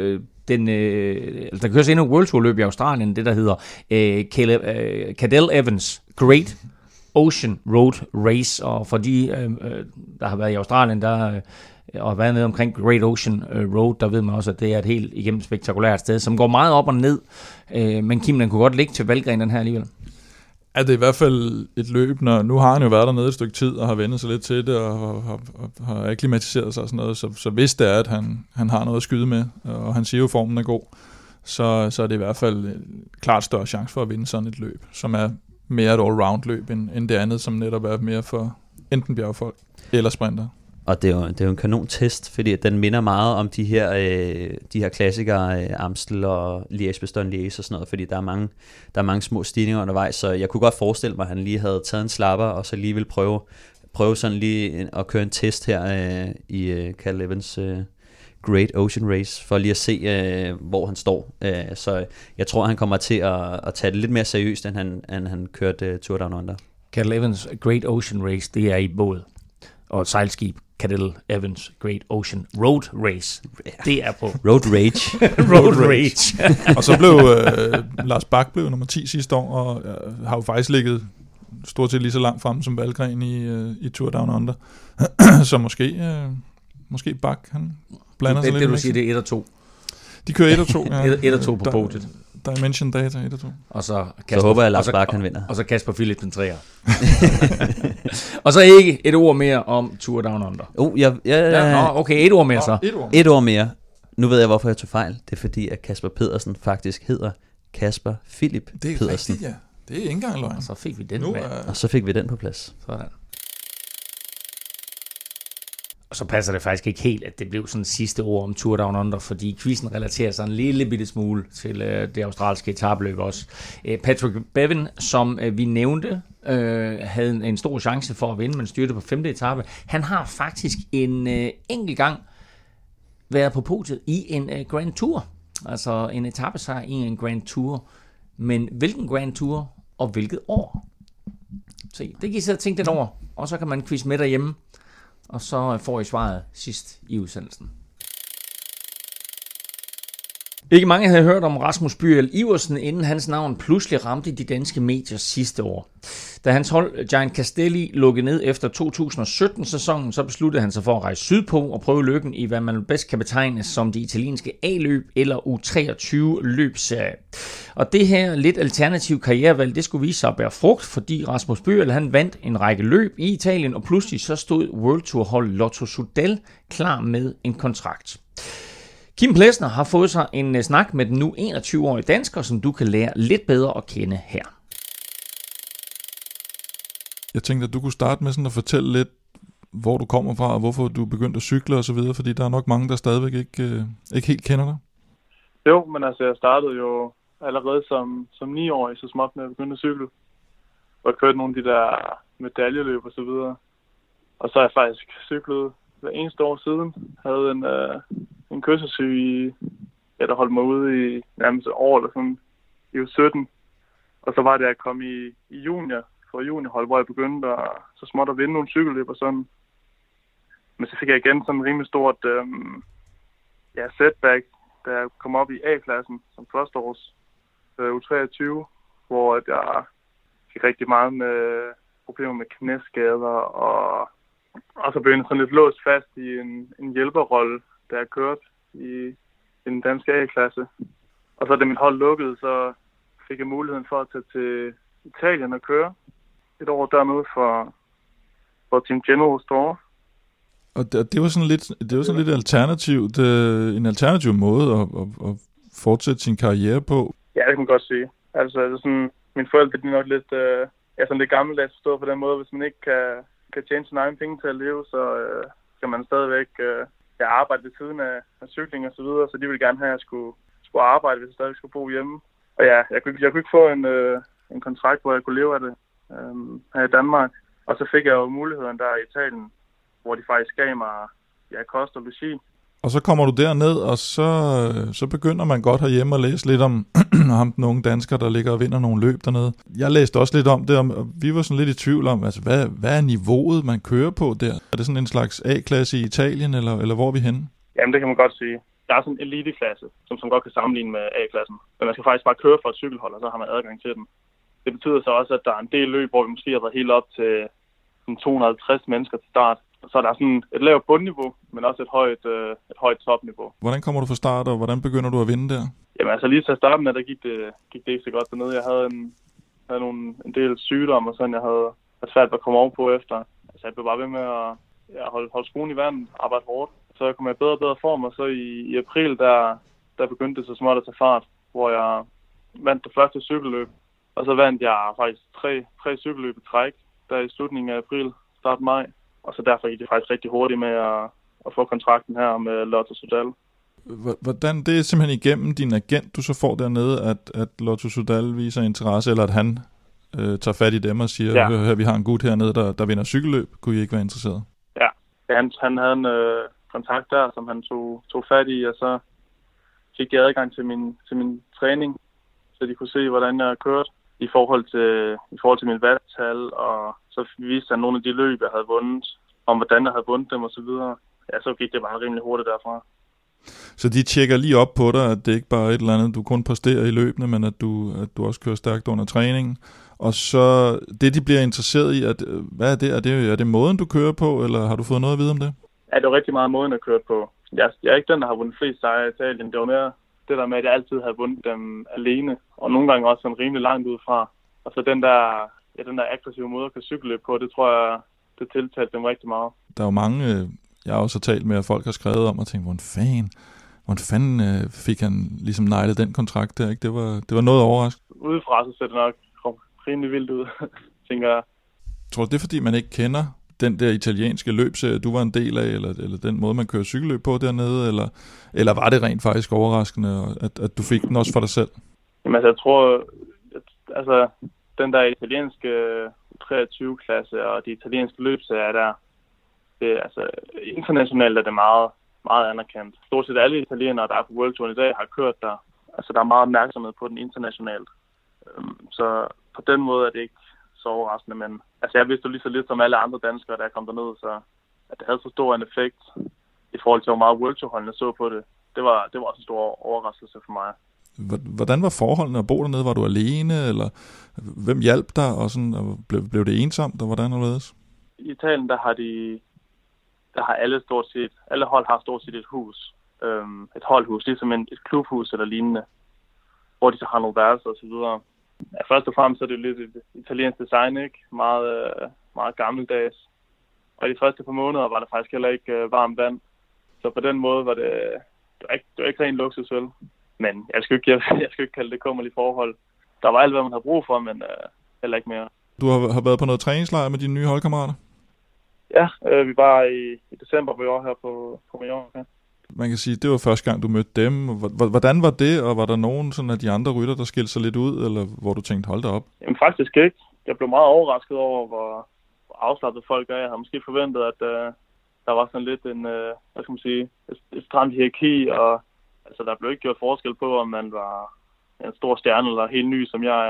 [SPEAKER 3] der køres endnu World Tour løb i Australien, det der hedder Cadel Evans Great Ocean Road Race, og for de der har været i Australien, og har været nede omkring Great Ocean Road, der ved man også, at det er et helt igennem spektakulært sted, som går meget op og ned, men Kim, den kunne godt ligge til Valgren den her alligevel.
[SPEAKER 4] Ja, det er i hvert fald et løb, nu har han jo været dernede et stykke tid, og har vendt sig lidt til det, og har akklimatiseret sig og sådan noget, så hvis det er, at han har noget at skyde med, og han siger jo, formen er god, så er det i hvert fald klart større chance for at vinde sådan et løb, som er mere et all-round løb, end det andet, som netop er mere for enten bjergfolk eller sprinter. Og
[SPEAKER 5] det er jo en kanon test, fordi den minder meget om de her klassikere, Amstel og Liège-Bastogne-Liège og sådan noget, fordi der er mange små stigninger undervejs, så jeg kunne godt forestille mig, at han lige havde taget en slapper, og så lige vil prøve sådan lige at køre en test her i Cadel Evans Great Ocean Race, for lige at se, hvor han står. Så jeg tror, han kommer til at tage det lidt mere seriøst, end han kørte Tour Down Under.
[SPEAKER 3] Cadel Evans Great Ocean Race, det er i båd og et sejlskib. Cadel Evans Great Ocean Road Race. Det er på
[SPEAKER 5] Road Rage.
[SPEAKER 3] Road Rage.
[SPEAKER 4] Og så blev Lars Bak blev nummer 10 sidste år, og har jo faktisk ligget stort set lige så langt frem som Valgren i Tour Down Under. Så måske Bak, han blander sig lidt.
[SPEAKER 3] Det du siger, det er 1 og 2.
[SPEAKER 4] De kører 1 og 2, ja.
[SPEAKER 3] 1 og 2 på podiet.
[SPEAKER 4] Dimension Data 1 og 2.
[SPEAKER 3] Og så
[SPEAKER 5] håber jeg, at Lars Bak kan vinder.
[SPEAKER 3] Og så Kasper Philip den 3'er. Og så ikke et ord mere om Tour Down Under. Okay, et ord mere så.
[SPEAKER 5] Et ord mere. Nu ved jeg, hvorfor jeg tog fejl. Det er fordi, at Kasper Pedersen faktisk hedder Kasper Philip Pedersen.
[SPEAKER 4] Det er rigtigt, ja. Det er ikke engang løgn.
[SPEAKER 3] Og så fik vi den
[SPEAKER 5] Og så fik vi den på plads.
[SPEAKER 3] Sådan. Og så passer det faktisk ikke helt, at det blev sådan sidste ord om Tour Down Under, fordi quizzen relaterer sig en lille bitte smule til det australske etapeløb også. Patrick Bevin, som vi nævnte, havde en stor chance for at vinde, men styrte på 5. etape. Han har faktisk en enkelt gang været på podiet i en Grand Tour. Altså en etapesejr i en Grand Tour. Men hvilken Grand Tour og hvilket år? Så det kan I sidde og tænke lidt over, og så kan man quizze med derhjemme. Og så får I svaret sidst i udsendelsen. Ikke mange havde hørt om Rasmus Byrjel Iversen, inden hans navn pludselig ramte de danske medier sidste år. Da hans hold Giant Castelli lukkede ned efter 2017-sæsonen, så besluttede han sig for at rejse sydpå og prøve lykken i, hvad man bedst kan betegne som de italienske A-løb eller U23-løbsserie. Og det her lidt alternative karrierevalg, det skulle vise sig at bære frugt, fordi Rasmus Byrjel han vandt en række løb i Italien, og pludselig så stod World Tour-hold Lotto Soudal klar med en kontrakt. Kim Plesner har fået sig en snak med den nu 21-årige dansker, som du kan lære lidt bedre at kende her.
[SPEAKER 4] Jeg tænkte, at du kunne starte med sådan at fortælle lidt, hvor du kommer fra, og hvorfor du begyndte at cykle og så videre, fordi der er nok mange, der stadigvæk ikke helt kender dig.
[SPEAKER 1] Jo, men altså jeg startede jo allerede som 9-årig, så småt med at begynde at cykle. Og kørte nogle af de der medaljeløb og så videre. Og så har jeg faktisk cyklet hver eneste år siden. Havde en kørselssyge, der holdt mig ude i nærmest år eller sådan i 17. Og så var det, at jeg kom i juniorhold, hvor jeg begyndte så småt at vinde nogle cykelløb og sådan. Men så fik jeg igen sådan en rimelig stort setback, da jeg kom op i A-klassen som førsteårs U23, hvor jeg fik rigtig meget med problemer med knæskader, og så blev jeg sådan lidt låst fast i en hjælperrolle, da jeg kørte i den danske A-klasse. Og så da mit hold lukkede, så fik jeg muligheden for at tage til Italien og køre et år dernede for på Team General Store.
[SPEAKER 4] Og det var sådan lidt alternativt, en alternativ måde at fortsætte sin karriere på.
[SPEAKER 1] Ja, det kan man godt sige. Altså sådan, mine forældre, de er nok lidt, sådan lidt gammeldags forstået på den måde. Hvis man ikke kan tjene sine egne penge til at leve, så skal man stadigvæk arbejde ved siden af cykling og så videre. Så de ville gerne have, at jeg skulle arbejde, hvis jeg stadig skulle bo hjemme. Og ja, jeg kunne ikke få en kontrakt, hvor jeg kunne leve af det her i Danmark. Og så fik jeg jo muligheden der i Italien, hvor de faktisk gav mig kost og logi.
[SPEAKER 4] Og så kommer du derned, og så begynder man godt herhjemme at læse lidt om ham, den unge dansker, der ligger og vinder nogle løb dernede. Jeg læste også lidt om det, og vi var sådan lidt i tvivl om, altså, hvad er niveauet, man kører på der? Er det sådan en slags A-klasse i Italien, eller hvor er vi henne?
[SPEAKER 1] Jamen, det kan man godt sige. Der er sådan en eliteklasse, som godt kan sammenligne med A-klassen. Men man skal faktisk bare køre for et cykelhold, og så har man adgang til den. Det betyder så også, at der er en del løb, hvor vi måske har været helt op til 250 mennesker til start. Så der er sådan et lavt bundniveau, men også et højt topniveau.
[SPEAKER 4] Hvordan kommer du fra start, og hvordan begynder du at vinde der?
[SPEAKER 1] Jamen altså lige til at starte med, der gik det ikke så godt dernede. Jeg havde en del sygdomme, og sådan jeg havde svært ved at komme over på efter. Altså jeg blev bare ved med at holde skruen i vandet, arbejde hårdt. Så jeg kom i bedre form, og så i april, der begyndte det så småt at tage fart, hvor jeg vandt det første cykelløb. Og så vandt jeg faktisk tre cykelløb i træk, der i slutningen af april, start maj. Og så derfor gik det faktisk rigtig hurtigt med at få kontrakten her med Lotto Soudal.
[SPEAKER 4] Hvordan, det er simpelthen igennem din agent, du så får dernede, at Lotto Soudal viser interesse, eller at han tager fat i dem og siger, hør, vi har en gut hernede, der vinder cykelløb. Kunne I ikke være interesseret?
[SPEAKER 1] Ja, han havde en kontakt der, som han tog fat i, og så fik jeg adgang til min træning, så de kunne se, hvordan jeg kørte i forhold til min watttal, og så viste han nogle af de løb, jeg havde vundet, om hvordan jeg havde vundet dem og så videre. Ja, så gik det bare rimelig hurtigt derfra.
[SPEAKER 4] Så de tjekker lige op på dig, at det ikke bare er et eller andet, du kun præsterer i løbene, men at du også kører stærkt under træningen. Og så det, de bliver interesseret i, hvad er det? Er det måden, du kører på, eller har du fået noget at vide om det?
[SPEAKER 1] Ja, det var rigtig meget måden, jeg kørte på. Jeg er ikke den, der har vundet flest sejre i Italien. Det var mere det der med, at jeg altid havde vundet dem alene, og nogle gange også sådan rimelig langt udefra. Og så den der aggressive måde at kan cykle på, det tror jeg, det tiltalte dem rigtig meget.
[SPEAKER 4] Der er jo mange, jeg har også talt med, at folk har skrevet om og tænkt, hvordan fanden fik han ligesom nejlet den kontrakt der, ikke? Det var noget overraskende.
[SPEAKER 1] Udefra så ser det nok rimelig vildt ud, tænker jeg.
[SPEAKER 4] Tror du, det er fordi, man ikke kender den der italienske løbserie, du var en del af, eller den måde, man kører cykelløb på dernede, eller var det rent faktisk overraskende, at du fik den også for dig selv?
[SPEAKER 1] Jamen altså, jeg tror, altså den der italienske 23-klasse og de italienske løbserier der, det, altså internationalt er det meget, meget anerkendt. Stort set alle italienere, der er på World Touren i dag, har kørt der. Altså der er meget opmærksomhed på den internationalt. Så på den måde er det ikke så overraskende, men altså jeg vidste jo lige så lidt som alle andre danskere, der kom derned, så at det havde så stor en effekt i forhold til, hvor meget World Tour-holdene så på det. Det var også en stor overraskelse for mig.
[SPEAKER 4] Hvordan var forholdene at bo dernede? Var du alene, eller hvem hjalp dig, og sådan, og blev det ensomt, og hvordan det?
[SPEAKER 1] I Italien, der har alle hold har stort set et hus, et holdhus, ligesom et klubhus eller lignende, hvor de så har nogle værelser og så videre. Ja, først og fremmest er det jo lidt et italiensk design, ikke? Meget, meget gammeldags. Og i de første par måneder var der faktisk heller ikke varmt vand. Så på den måde var det var ikke rent luksus, vel? Men jeg skal ikke kalde det kummerlige forhold. Der var alt, hvad man havde brug for, men heller ikke mere.
[SPEAKER 4] Du har været på noget træningslejr med dine nye holdkammerater?
[SPEAKER 1] Ja, vi var i december på år her på Mallorca.
[SPEAKER 4] Man kan sige, det var første gang, du mødte dem. Hvordan var det, og var der nogen sådan af de andre rytter, der skilte sig lidt ud, eller hvor du tænkte, hold da op?
[SPEAKER 1] Jamen faktisk ikke. Jeg blev meget overrasket over, hvor afslappet folk er. Jeg havde måske forventet, at der var sådan lidt et stramt hierarki, og altså, der blev ikke gjort forskel på, om man var en stor stjerne eller helt ny, som jeg er.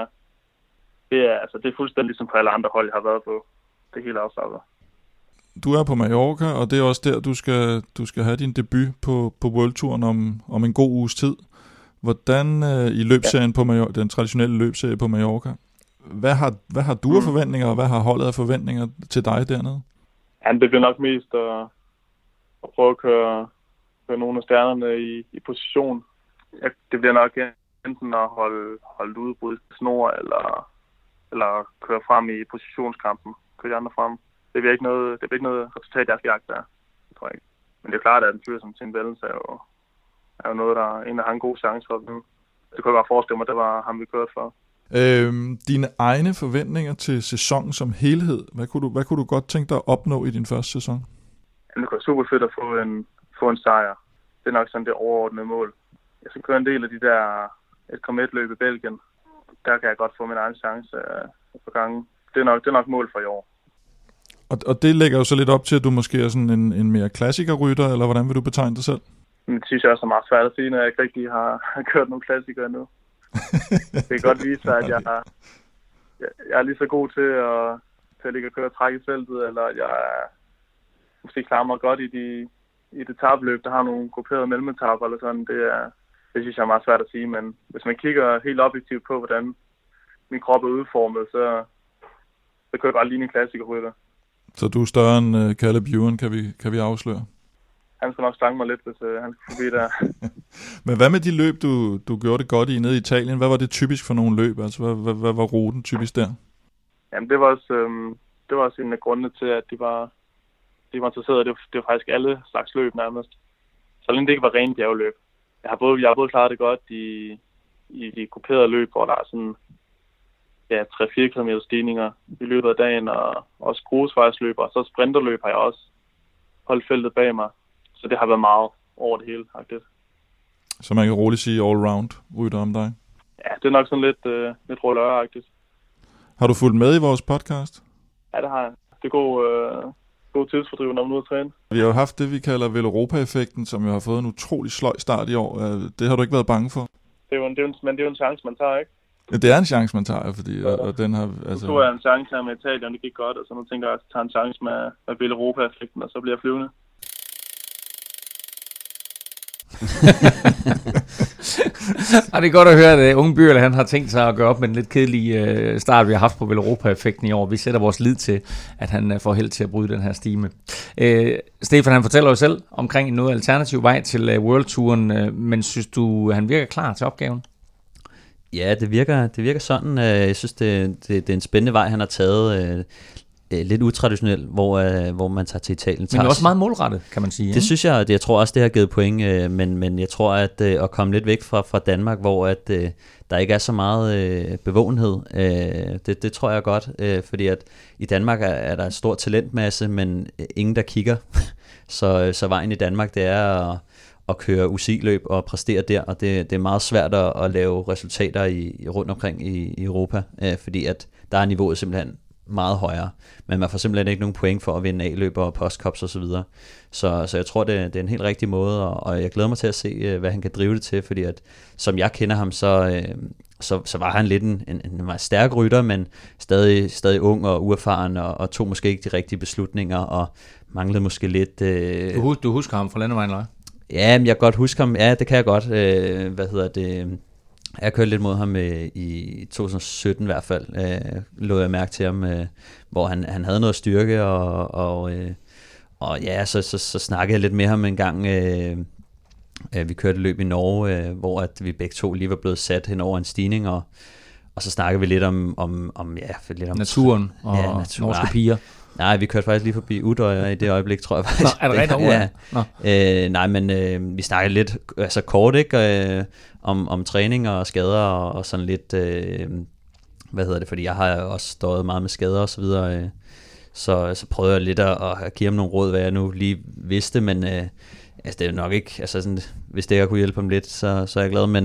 [SPEAKER 1] Det er fuldstændig ligesom på alle andre hold, jeg har været på. Det er helt afslappet. Du
[SPEAKER 4] er på Mallorca, og det er også der, du skal have din debut på World Touren om en god uges tid. Hvordan i løbsserien på Mallorca, den traditionelle løbserie på Mallorca, hvad har du af forventninger, og hvad har holdet af forventninger til dig dernede?
[SPEAKER 1] Ja, det bliver nok mest at prøve at køre nogle af stjernerne i position. Det bliver nok enten at holde udbrud snor, eller køre frem i positionskampen, køre de andre frem. det bliver ikke noget resultat, jeg skal jagte der, tror jeg ikke. Men det er jo klart, at en fyr som Tim Wellens er jo noget, der en, der har en god chance for nu. Det kunne jeg bare forestille mig, at det var ham, vi kørte for.
[SPEAKER 4] Dine egne forventninger til sæsonen som helhed, hvad kunne du godt tænke dig at opnå i din første sæson?
[SPEAKER 1] Jamen, det kunne være super fedt at få en sejr. Det er nok sådan det overordnede mål. Jeg skal køre en del af de der 1,1 løb i Belgien. Der kan jeg godt få min egen chance for gangen. Det er nok mål for i år.
[SPEAKER 4] Og det lægger jo så lidt op til, at du måske er sådan en mere klassikerrytter, eller hvordan vil du betegne dig selv?
[SPEAKER 1] Det synes jeg også er meget svært at sige, når jeg ikke rigtig har kørt nogle klassikere endnu. Det kan godt vise sig, at jeg er lige så god til at ligge og køre træk i feltet, eller at jeg måske klarer mig godt i et etapløb, der har nogle grupperede mellemetapper eller sådan. Det synes jeg er meget svært at sige, men hvis man kigger helt objektivt på, hvordan min krop er udformet, så kan jeg godt ligne en klassikerrytter.
[SPEAKER 4] Så du er større end Caleb Ewan, kan vi afsløre?
[SPEAKER 1] Han skal nok stange mig lidt, hvis han skal forbi der.
[SPEAKER 4] Men hvad med de løb, du gjorde det godt i nede i Italien? Hvad var det typisk for nogle løb? Altså, hvad var ruten typisk der?
[SPEAKER 1] Jamen, det var også en af grundene til, at de var interesserede. Det var faktisk alle slags løb nærmest. Så længe det ikke var rent bjergløb. Jeg har både klaret det godt i de grupperede løb, hvor der er sådan 3-4 km stigninger i løbet af dagen, og også grusvejsløb, og så sprinterløb har jeg også holdt feltet bag mig. Så det har været meget over det hele, faktisk.
[SPEAKER 4] Så man kan roligt sige all-round rytter om dig?
[SPEAKER 1] Ja, det er nok sådan lidt rollør-agtigt.
[SPEAKER 4] Har du fulgt med i vores podcast?
[SPEAKER 1] Ja, det har jeg. Det er god tidsfordriv, når man er ude at træne. Vi
[SPEAKER 4] har jo haft det, vi kalder Veloropa-effekten, som jo har fået en utrolig sløj start i år. Det har du ikke været bange for?
[SPEAKER 1] Men det er jo en chance, man tager, ikke?
[SPEAKER 4] Ja, det er en chance, man tager, fordi og den har...
[SPEAKER 1] Altså... Så tog jeg en chance her med Italien, det gik godt, og så nu tænker jeg, at jeg tager en chance med Veloropa-effekten, og så bliver jeg flyvende.
[SPEAKER 3] Og det er godt at høre, at unge Byrle, han har tænkt sig at gøre op med den lidt kedelige start, vi har haft på Veloropa-effekten i år. Vi sætter vores lid til, at han får held til at bryde den her stime. Stefan, han fortæller jo selv omkring noget alternativ vej til World-touren, men synes du, han virker klar til opgaven?
[SPEAKER 5] Ja, det virker sådan. Jeg synes, det er en spændende vej, han har taget. Lidt utraditionel, hvor man tager til Italien.
[SPEAKER 3] Men også meget målrettet, kan man sige.
[SPEAKER 5] Det synes jeg tror også, det har givet point, men jeg tror, at komme lidt væk fra Danmark, hvor at der ikke er så meget bevågenhed, det tror jeg godt, fordi at i Danmark er der en stor talentmasse, men ingen, der kigger. så vejen i Danmark, det er at køre UCI-løb og præstere der, og det er meget svært at lave resultater rundt omkring i Europa, fordi at der er niveauet simpelthen meget højere, men man får simpelthen ikke nogen point for at vinde A-løber og postcups og så videre. Så jeg tror, det er en helt rigtig måde, og jeg glæder mig til at se, hvad han kan drive det til, fordi at, som jeg kender ham, så var han lidt en meget stærk rytter, men stadig ung og uerfaren, og tog måske ikke de rigtige beslutninger, og manglede måske lidt...
[SPEAKER 3] Du husker ham fra landevejen, eller?
[SPEAKER 5] Ja, men jeg kan godt huske ham. Ja, det kan jeg godt. Jeg kørte lidt mod ham i 2017 i hvert fald, lod jeg mærke til ham, hvor han havde noget styrke, og ja, så snakkede jeg lidt med ham en gang. Vi kørte løb i Norge, hvor at vi begge to lige var blevet sat hen over en stigning, og så snakkede vi lidt om
[SPEAKER 3] naturen og norske piger.
[SPEAKER 5] Nej, vi kørte faktisk lige forbi Udøjer i det øjeblik, tror jeg faktisk.
[SPEAKER 3] Nå, er det rigtigt?
[SPEAKER 5] Ja. Nej, men vi snakkede lidt altså kort, ikke, om træning og skader og sådan lidt, fordi jeg har også stået meget med skader og så videre, så prøvede jeg lidt at give ham nogle råd, hvad jeg nu lige vidste, men det er nok ikke, altså sådan, hvis det jeg kunne hjælpe ham lidt, så er jeg glad,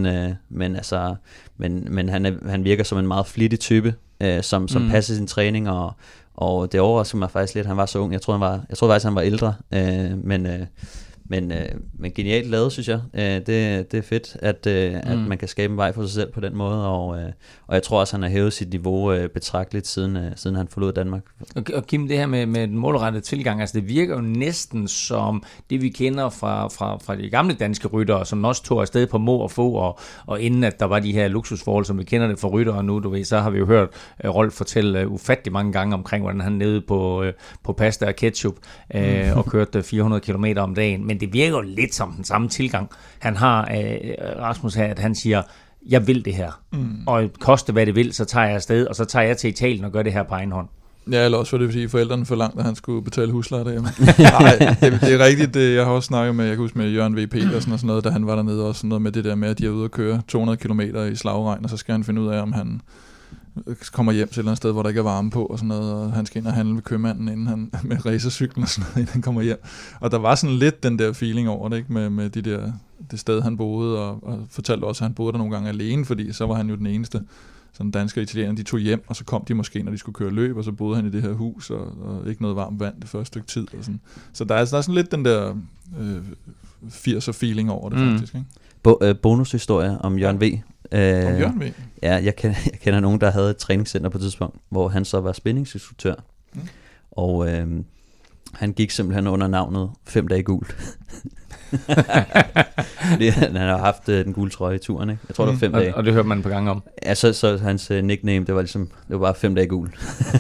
[SPEAKER 5] men han virker som en meget flittig type, som passer sin træning, og det overraskede mig faktisk lidt, han var så ung. Jeg troede faktisk, han var ældre, men genialt lavet, synes jeg. Det er fedt, at man kan skabe en vej for sig selv på den måde, og jeg tror også, han har hævet sit niveau betragteligt, siden han forlod Danmark.
[SPEAKER 3] Og Kim, det her med den målrettede tilgang, altså det virker jo næsten som det, vi kender fra de gamle danske ryttere, som også tog afsted på må og få, og inden at der var de her luksusforhold, som vi kender det fra ryttere nu, du ved, så har vi jo hørt Rolf fortælle ufattelig mange gange omkring, hvordan han levede på pasta og ketchup, og kørte 400 km om dagen, men det virker jo lidt som den samme tilgang. Han har, Rasmus her, at han siger, jeg vil det her, og koste hvad det vil, så tager jeg afsted, og så tager jeg til Italien og gør det her på egen hånd.
[SPEAKER 4] Ja, eller også var det, fordi forældrene forlangte, at han skulle betale husleje derhjemme. Nej, det er rigtigt. Jeg har også snakket med, jeg kan huske med Jørgen V. Petersen og sådan noget, da han var dernede, også sådan noget med det der med, at de er ude at køre 200 kilometer i slagregn, og så skal han finde ud af, om han kommer hjem til et eller andet sted, hvor der ikke er varme på og sådan noget, og han skal ind og handle med købmanden, inden han med racercyklen og sådan noget, inden han kommer hjem. Og der var sådan lidt den der feeling over det, ikke? Med det sted, han boede, og fortalte også, at han boede der nogle gange alene, fordi så var han jo den eneste. Sådan danske og italiener, de tog hjem, og så kom de måske, når de skulle køre løb, og så boede han i det her hus, og ikke noget varmt vand det første stykke tid. Og sådan. Så der er sådan lidt den der 80'er-feeling over det, faktisk. Ikke?
[SPEAKER 5] Bonushistorie om Jørgen V.
[SPEAKER 4] Om Jørgen V?
[SPEAKER 5] Ja, jeg kender nogen, der havde et træningscenter på et tidspunkt, hvor han så var spændingsinstruktør. Og han gik simpelthen under navnet 5 dage gul. Fordi han har haft den gule trøje i turen, ikke? Jeg tror, det var 5 dage.
[SPEAKER 3] Og det hørte man på gang om.
[SPEAKER 5] Ja, så hans nickname, det var bare 5 dage gul.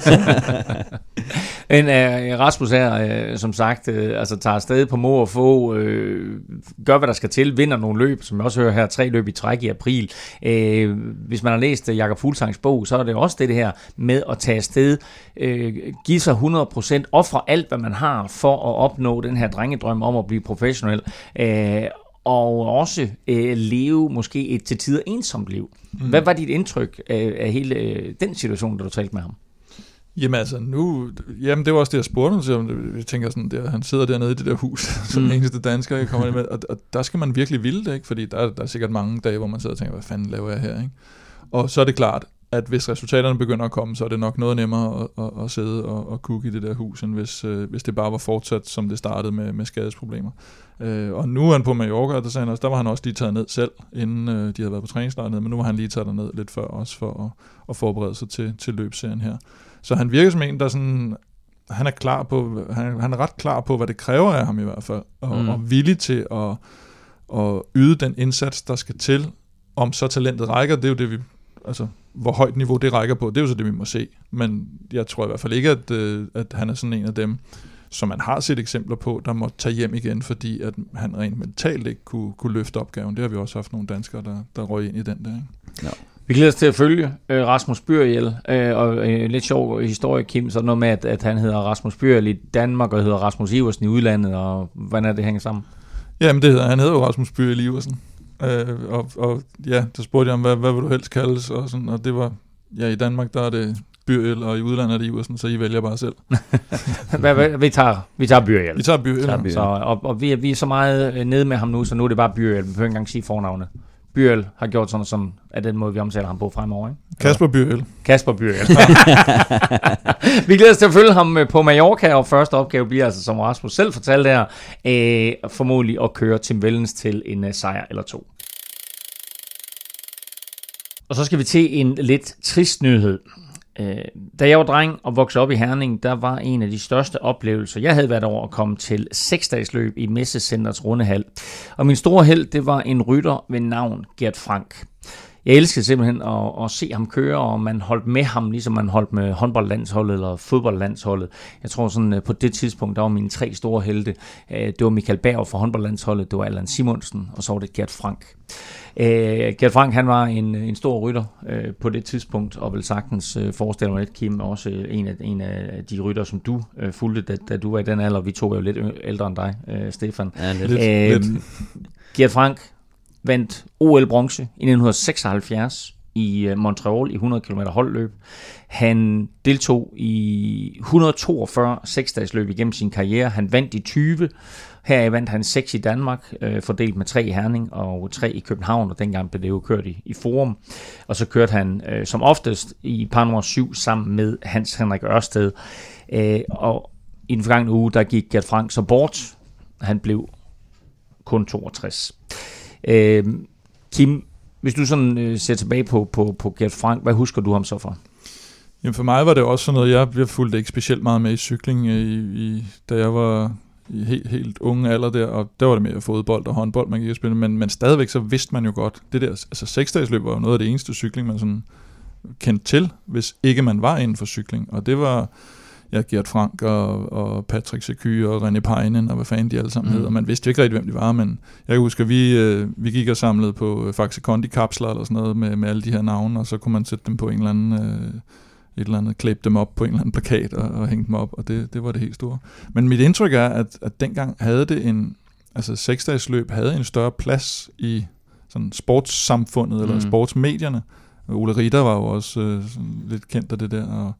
[SPEAKER 3] Rasmus her, som sagt, altså tager afsted på må og få, gør hvad der skal til, vinder nogle løb, som jeg også hører her, 3 løb i træk i april. Hvis man har læst Jakob Fuglsangs bog, så er det også det her med at tage afsted, give sig 100%, ofre alt, hvad man har for at opnå den her drengedrøm om at blive professionel, og også leve måske et til tider ensomt liv. Hvad var dit indtryk af hele den situation, da du talte med ham?
[SPEAKER 4] Jamen altså det var også det, jeg spurgte ham til. Jeg tænker sådan, han sidder dernede i det der hus, som den eneste dansker, jeg kommer med, og der skal man virkelig ville det, ikke? Fordi der er sikkert mange dage, hvor man sidder og tænker, hvad fanden laver jeg her, ikke? Og så er det klart, at hvis resultaterne begynder at komme, så er det nok noget nemmere at sidde og kukke i det der hus, end hvis det bare var fortsat, som det startede med skadesproblemer. Og nu er han på Mallorca, og der var han også lige taget ned selv, inden de havde været på træningslejr ned, men nu var han lige taget derned lidt før også for at forberede sig til løbsserien her. Så han virker som en, der sådan, han er ret klar på, hvad det kræver af ham i hvert fald, og villig til at yde den indsats, der skal til. Om så talentet rækker, det er jo det, altså hvor højt niveau det rækker på, det er jo så det, vi må se. Men jeg tror i hvert fald ikke, at han er sådan en af dem, som man har set eksempler på, der må tage hjem igen, fordi at han rent mentalt ikke kunne løfte opgaven. Det har vi også haft nogle danskere, der røg ind i den der. Ikke?
[SPEAKER 3] Ja. Vi glæder os til at følge Rasmus Byrjel, og lidt sjov historie, Kim, så noget med, at han hedder Rasmus Byrjel i Danmark, og hedder Rasmus Iversen i udlandet, og hvordan er det hænger sammen?
[SPEAKER 4] Jamen, han hedder jo Rasmus Byrjel Iversen. Og ja, der spurgte jeg om, hvad vil du helst kaldes, og sådan, og det var, ja, i Danmark, der er det Byrjel, og i udlandet er det Iversen, så I vælger bare selv.
[SPEAKER 3] vi tager Byrjel.
[SPEAKER 4] Vi tager Byrjel.
[SPEAKER 3] Så, og vi er så meget nede med ham nu, så nu er det bare Byrjel. Vi behøver ikke engang sige fornavnet. Byrjel har gjort sådan, som er den måde, vi omtaler ham på fremover. Ikke?
[SPEAKER 4] Kasper Byrjel.
[SPEAKER 3] Kasper Byrjel. Vi glæder os til at følge ham på Mallorca, og første opgave bliver altså, som Rasmus selv fortalte her, formodentlig at køre Tim Wellens til en sejr eller 2. Og så skal vi til en lidt trist nyhed. Da jeg var dreng og voksede op i Herning, der var en af de største oplevelser, jeg havde været over at komme til 6-dagsløb i Messecentrets rundehal. Og min store held, det var en rytter ved navn Gert Frank. Jeg elskede simpelthen at se ham køre, og man holdt med ham, ligesom man holdt med håndboldlandsholdet eller fodboldlandsholdet. Jeg tror sådan, på det tidspunkt, der var mine 3 store helte. Det var Michael Berg fra håndboldlandsholdet, det var Allan Simonsen, og så var det Gert Frank. Gert Frank, han var en stor rytter på det tidspunkt, og vil sagtens forestille mig lidt, Kim, også en af de rytter, som du fulgte, da du var i den alder. Vi to er jo lidt ældre end dig, Stefan.
[SPEAKER 5] Ja, lidt.
[SPEAKER 3] Gert Frank vandt OL-bronze i 1976 i Montreal i 100 km holdløb. Han deltog i 142 6-dagsløb igennem sin karriere. Han vandt i 20. Her vandt han 6 i Danmark, fordelt med 3 i Herning og 3 i København, og dengang blev det jo kørt i Forum. Og så kørte han som oftest i par nummer 7 sammen med Hans Henrik Ørsted. Og i den forgangne uge, der gik Gert Frank så bort. Han blev kun 62. Kim, hvis du sådan ser tilbage på Gert Frank, hvad husker du ham så for?
[SPEAKER 4] Jamen for mig var det også sådan noget, jeg fulgte ikke specielt meget med i cykling, da jeg var i helt unge alder der, og der var det mere fodbold og håndbold, man gik at spille, men stadigvæk så vidste man jo godt, det der, altså 6-dagsløb var jo noget af det eneste cykling, man sådan kendte til, hvis ikke man var inden for cykling, og det var Gert Frank og Patrick Seky og René Peinen og hvad fanden de alle sammen hed, og man vidste jo ikke rigtig, hvem de var, men jeg husker, vi gik og samlede på Faxe Kondi kapsler eller sådan noget med alle de her navne, og så kunne man sætte dem på en eller anden et eller andet, klæbte dem op på en eller anden plakat og hængte dem op, og det var det helt store. Men mit indtryk er, at dengang havde det altså 6-dagesløb havde en større plads i sådan sportssamfundet eller sportsmedierne. Ole Ritter var jo også lidt kendt af det der, og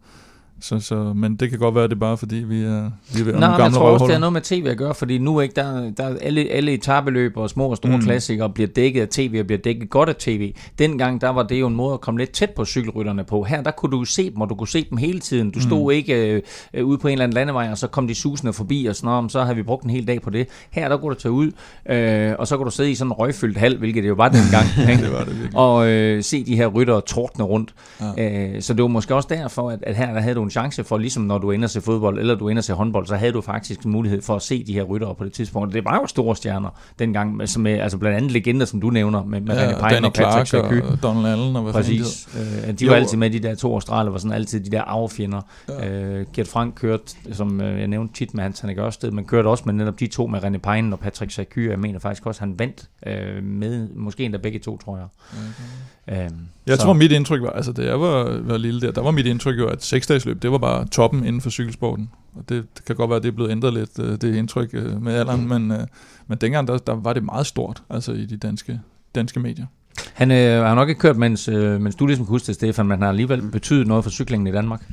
[SPEAKER 4] men det kan godt være, det er bare fordi, vi er ved
[SPEAKER 3] nogle gamle røvhuller. Jeg tror også, det er noget med tv at gøre, fordi nu ikke der alle etabeløb og små og store klassikere bliver dækket af tv og bliver dækket godt af tv. Dengang, der var det jo en måde at komme lidt tæt på cykelrytterne på. Her, der kunne du se dem, og du kunne se dem hele tiden. Du stod ikke ude på en eller anden landevej, og så kom de susende forbi, og sådan, så havde vi brugt en hel dag på det. Her, der kunne du tage ud, og så kunne du sidde i sådan en røgfyldt hal, hvilket det jo var dengang.
[SPEAKER 4] Det var det virkelig.
[SPEAKER 3] Og se de her ryttere tordne rundt. Ja. Så det var måske også derfor, at her der havde du en chance for, ligesom når du ender til fodbold, eller du ender til håndbold, så havde du faktisk en mulighed for at se de her ryttere på det tidspunkt. Det var jo store stjerner dengang, med, altså blandt andet legender, som du nævner, med René Pein og Patrick Sarky.
[SPEAKER 4] Og Donald Allen, og hvad
[SPEAKER 3] præcis. De var altid med, de der 2 australier, var sådan altid de der arvefjender. Ja. Gert Frank kørte, som jeg nævnte tit med Hans Henrik Ørsted, men kørte også med netop de 2 med René Pein og Patrick Sarky. Jeg mener faktisk også, han vandt med, måske endda begge 2, tror jeg.
[SPEAKER 4] Okay. Jeg tror, mit indtryk var, altså da jeg var lille der var mit indtryk jo, at 6-dagsløb, det var bare toppen inden for cykelsporten. Og det kan godt være, at det er blevet ændret lidt, det indtryk med alderen, men dengang, der var det meget stort, altså i de danske medier.
[SPEAKER 3] Han har nok ikke kørt, mens du ligesom kunne huske det, Stefan, men han har alligevel betydet noget for cyklingen i Danmark.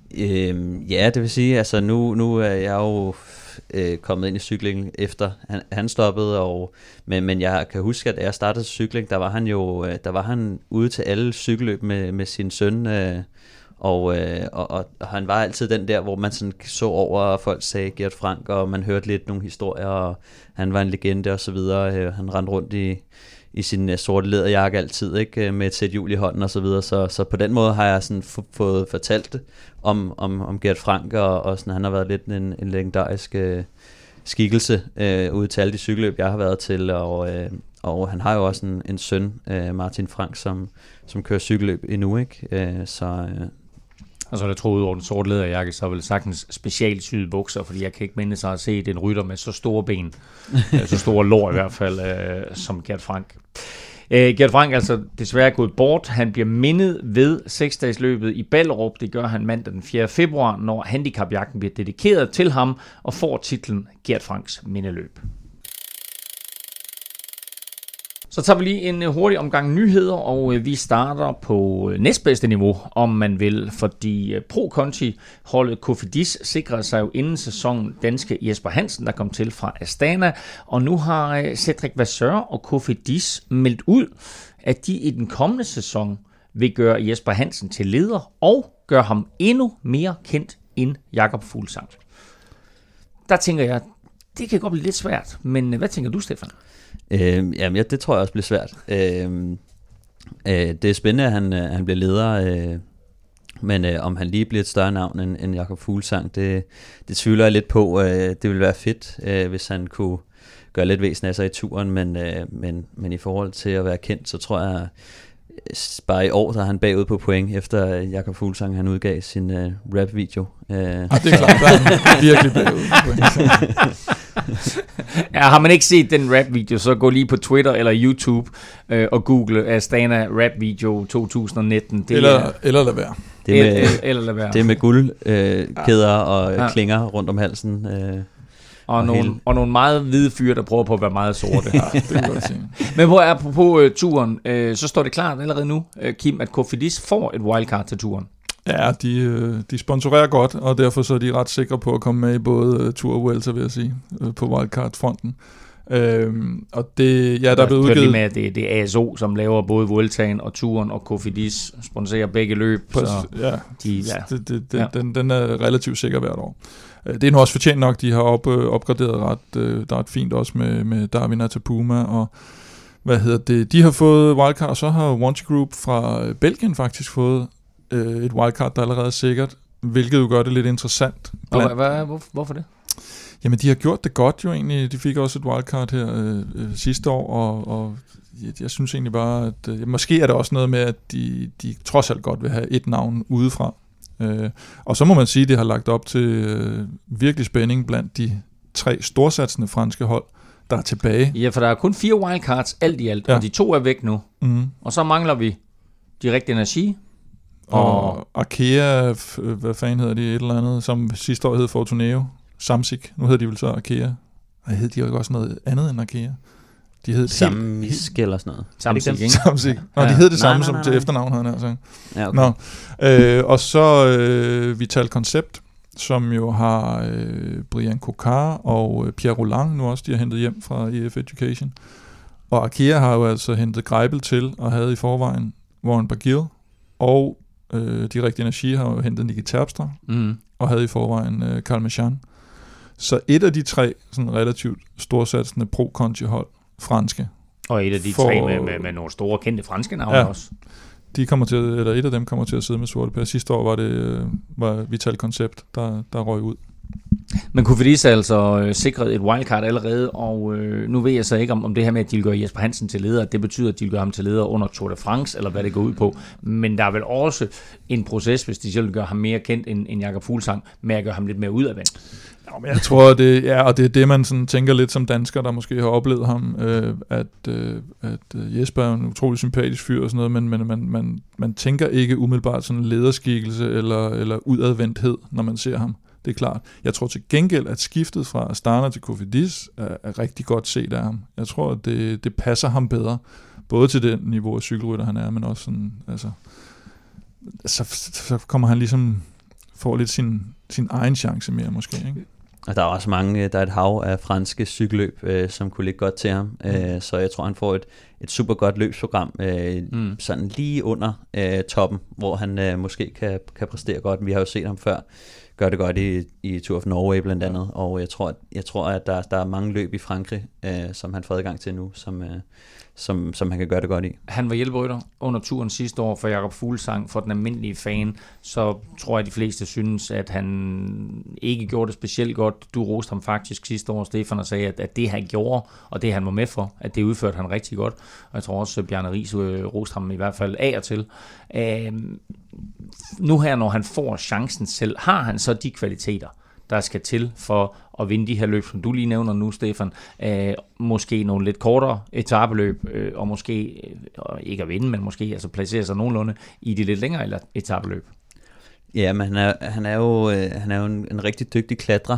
[SPEAKER 5] Ja, det vil sige, altså nu er jeg jo kommet ind i cyklingen efter han stoppede, men jeg kan huske, at da jeg startede cykling, der var han ude til alle cykelløb med sin søn, og han var altid den der, hvor man sådan så over, og folk sagde Gert Frank, og man hørte lidt nogle historier, og han var en legende og så videre. Han rendte rundt i sin sorte læderjakke altid, ikke, med et sæt hjul i hånden og så videre, så på den måde har jeg sådan fået fortalt det om Gert Frank, og sådan, han har været lidt en legendarisk skikkelse ude til alle de cykelløb, jeg har været til, og han har jo også en søn, Martin Frank, som kører cykelløb endnu, ikke,
[SPEAKER 3] Og så er det troet over den sorte læderjakke, så vil sagtens specialsyede bukser, fordi jeg kan ikke minde sig at se en rytter med så store ben, så store lår i hvert fald, som Gert Frank. Gert Frank altså desværre gået bort. Han bliver mindet ved 6-dagsløbet i Ballerup. Det gør han mandag den 4. februar, når handicapjagten bliver dedikeret til ham og får titlen Gert Franks mindeløb. Så tager vi lige en hurtig omgang nyheder, og vi starter på næstbedste niveau, om man vil, fordi Pro Conti-holdet Cofidis sikrede sig jo inden sæsonen danske Jesper Hansen, der kom til fra Astana, og nu har Cedric Vasseur og Cofidis meldt ud, at de i den kommende sæson vil gøre Jesper Hansen til leder og gøre ham endnu mere kendt end Jakob Fuglsang. Der tænker jeg, det kan godt blive lidt svært, men hvad tænker du, Stefan?
[SPEAKER 5] Jamen, det tror jeg også bliver svært. Det er spændende, at han bliver leder, men om han lige bliver et større navn end Jakob Fuglsang, det tvivler jeg lidt på. Det ville være fedt, hvis han kunne gøre lidt væsen af sig i turen, men i forhold til at være kendt, så tror jeg, bare i år, der er han bagud på point, efter Jakob Fuglsang, han udgav sin rap-video.
[SPEAKER 4] Det er klart, der er virkelig bagud på point.
[SPEAKER 3] Ja, har man ikke set den rap-video, så gå lige på Twitter eller YouTube og google Astana rap-video 2019.
[SPEAKER 4] Eller lad være.
[SPEAKER 5] Det er med guldkæder og klinger rundt om halsen.
[SPEAKER 3] Og nogle meget hvide fyre, der prøver på at være meget sorte.
[SPEAKER 4] Ja, det kan godt sige.
[SPEAKER 3] Men apropos turen, så står det klart allerede nu, Kim, at Cofidis får et wildcard til turen.
[SPEAKER 4] Ja, de sponsorerer godt, og derfor så er de ret sikre på at komme med i både Tour og Vuelta, vil jeg sige, på wildcard-fronten. Og det, ja, der er blevet udgivet...
[SPEAKER 3] Lige med, at det er ASO, som laver både Vueltaen og Turen, og Cofidis sponsorerer begge løb.
[SPEAKER 4] Den er relativt sikker hvert år. Det er nu også fortjent nok, de har opgraderet ret fint også med Darwin Atapuma, og de har fået wildcard, og så har Wanty Group fra Belgien faktisk fået et wildcard, der allerede er sikkert, hvilket jo gør det lidt interessant.
[SPEAKER 3] Hvorfor det?
[SPEAKER 4] Jamen, de har gjort det godt jo egentlig. De fik også et wildcard her sidste år, og jeg synes egentlig bare, at måske er det også noget med, at de trods alt godt vil have et navn udefra. Og så må man sige, at det har lagt op til virkelig spænding blandt de 3 storsatsende franske hold, der er tilbage.
[SPEAKER 3] Ja, for der er kun 4 wildcards alt i alt, og de 2 er væk nu. Og så mangler vi Direct Energy,
[SPEAKER 4] Og Arkea, hvad fanden hedder de, et eller andet, som sidste år hed Fortuneo. Samsic, nu hedder de vel så Arkea. Og hed de jo ikke også noget andet end Arkea? De hed
[SPEAKER 5] Samsic eller sådan noget.
[SPEAKER 3] Samsic, ikke?
[SPEAKER 4] Samsic. Nå, de hed det samme som til efternavn, havde han altså.
[SPEAKER 5] Ja, okay.
[SPEAKER 4] Nå. Og så Vital Concept, som jo har Brian Kokar og Pierre Roland nu også, de har hentet hjem fra EF Education. Og Arkea har jo altså hentet Greibel til, og havde i forvejen Warren Barguil, og Direct Energy har jo hentet Nicky Terpstra, og havde i forvejen Carl Machan. Så et af de tre sådan relativt storsatsende pro-conti-hold, franske.
[SPEAKER 3] Og et af de tre med nogle store kendte franske navne også.
[SPEAKER 4] De kommer til, eller et af dem kommer til at sidde med sorte pære. Sidste år var Vital Concept, der røg ud.
[SPEAKER 3] Men Cofidis er altså sikret et wildcard allerede, og nu ved jeg så ikke om det her med, at de vil gøre Jesper Hansen til leder, det betyder, at de vil gøre ham til leder under Tour de France, eller hvad det går ud på. Men der er vel også en proces, hvis de selv vil gøre ham mere kendt end Jakob Fuglsang, med at gøre ham lidt mere udadvendt.
[SPEAKER 4] Ja, men jeg tror, og det er det, man sådan tænker lidt som dansker, der måske har oplevet ham, at Jesper er en utrolig sympatisk fyr og sådan noget, men man tænker ikke umiddelbart sådan lederskikkelse eller udadvendthed, når man ser ham. Det er klart. Jeg tror til gengæld, at skiftet fra Astana til Cofidis er rigtig godt set af ham. Jeg tror, at det passer ham bedre, både til det niveau af cykelrytter, han er, men også sådan, altså, så kommer han ligesom, får lidt sin egen chance mere måske, ikke?
[SPEAKER 5] Og der er også mange, der er et hav af franske cykelløb, som kunne ligge godt til ham, så jeg tror, han får et super godt løbsprogram, sådan lige under toppen, hvor han måske kan præstere godt. Vi har jo set ham før gøre det godt i Tour of Norway blandt andet, og jeg tror at der er mange løb i Frankrig, som han får adgang til nu, som han kan gøre det godt i.
[SPEAKER 3] Han var hjælperytter under turen sidste år for Jakob Fuglsang. For den almindelige fan, så tror jeg, de fleste synes, at han ikke gjorde det specielt godt. Du roste ham faktisk sidste år, Stefan, og sagde, at det han gjorde, og det han var med for, at det udførte han rigtig godt. Og jeg tror også, at Bjarne Riis roste ham i hvert fald af og til. Nu her, når han får chancen selv, har han så de kvaliteter, der skal til for at vinde de her løb, som du lige nævner nu, Stefan. Måske nogle lidt kortere etapeløb, og måske ikke at vinde, men måske altså placere sig nogenlunde i de lidt længere etapeløb.
[SPEAKER 5] Ja, men han er jo en rigtig dygtig klatrer,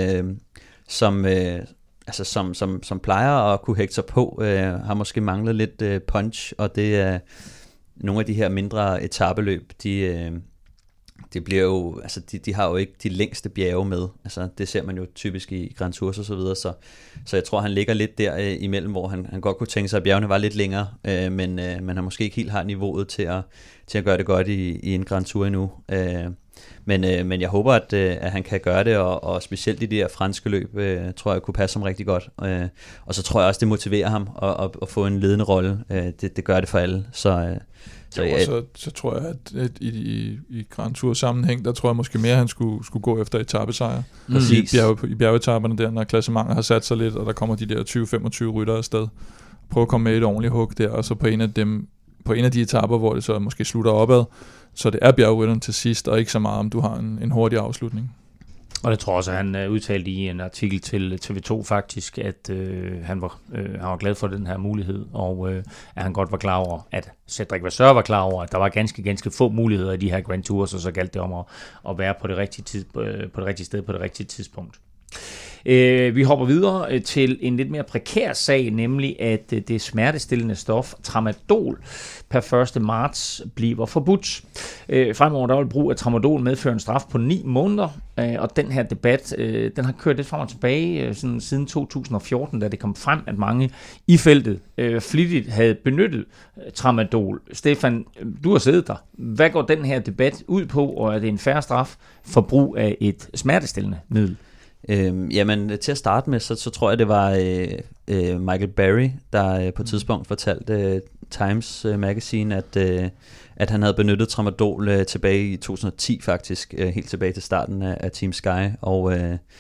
[SPEAKER 5] som plejer at kunne hægte sig på, har måske manglet lidt punch, og det er nogle af de her mindre etapeløb, det bliver jo, altså de har jo ikke de længste bjerge med, altså det ser man jo typisk i Grand Tours og så videre, så jeg tror han ligger lidt der imellem, hvor han godt kunne tænke sig, at bjergene var lidt længere, men han måske ikke helt har niveauet til at gøre det godt i en Grand Tour endnu, men jeg håber at han kan gøre det, og specielt i de her franske løb, tror jeg kunne passe ham rigtig godt, og så tror jeg også det motiverer ham at få en ledende rolle, det gør det for alle,
[SPEAKER 4] så tror jeg, at i Grand Tour sammenhæng, der tror jeg måske mere, at han skulle gå efter etapesejre. I bjergetaperne der, når klassementet har sat sig lidt, og der kommer de der 20-25 rytter afsted. Prøv at komme med et ordentligt hug der, og så på en af de etaper, hvor det så måske slutter opad, så det er bjergrytteren til sidst, og ikke så meget, om du har en hurtig afslutning.
[SPEAKER 3] Og det tror også, at han udtalte i en artikel til TV2 faktisk, at han var glad for den her mulighed, og at han godt var klar over, at Cedric Vasseur var klar over, at der var ganske få muligheder i de her Grand Tours, og så galt det om at være på det rigtige sted på det rigtige tidspunkt. Vi hopper videre til en lidt mere prekær sag, nemlig at det smertestillende stof tramadol per 1. marts bliver forbudt. Fremover der vil brug af tramadol medføre en straf på 9 måneder, og den her debat den har kørt lidt frem og tilbage sådan siden 2014, da det kom frem, at mange i feltet flittigt havde benyttet tramadol. Stefan, du har siddet der. Hvad går den her debat ud på, og er det en fair straf for brug af et smertestillende middel?
[SPEAKER 5] Jamen til at starte med, så tror jeg det var Michael Berry, der på et tidspunkt fortalte Times Magazine, at han havde benyttet tramadol tilbage i 2010 faktisk, helt tilbage til starten af Team Sky, og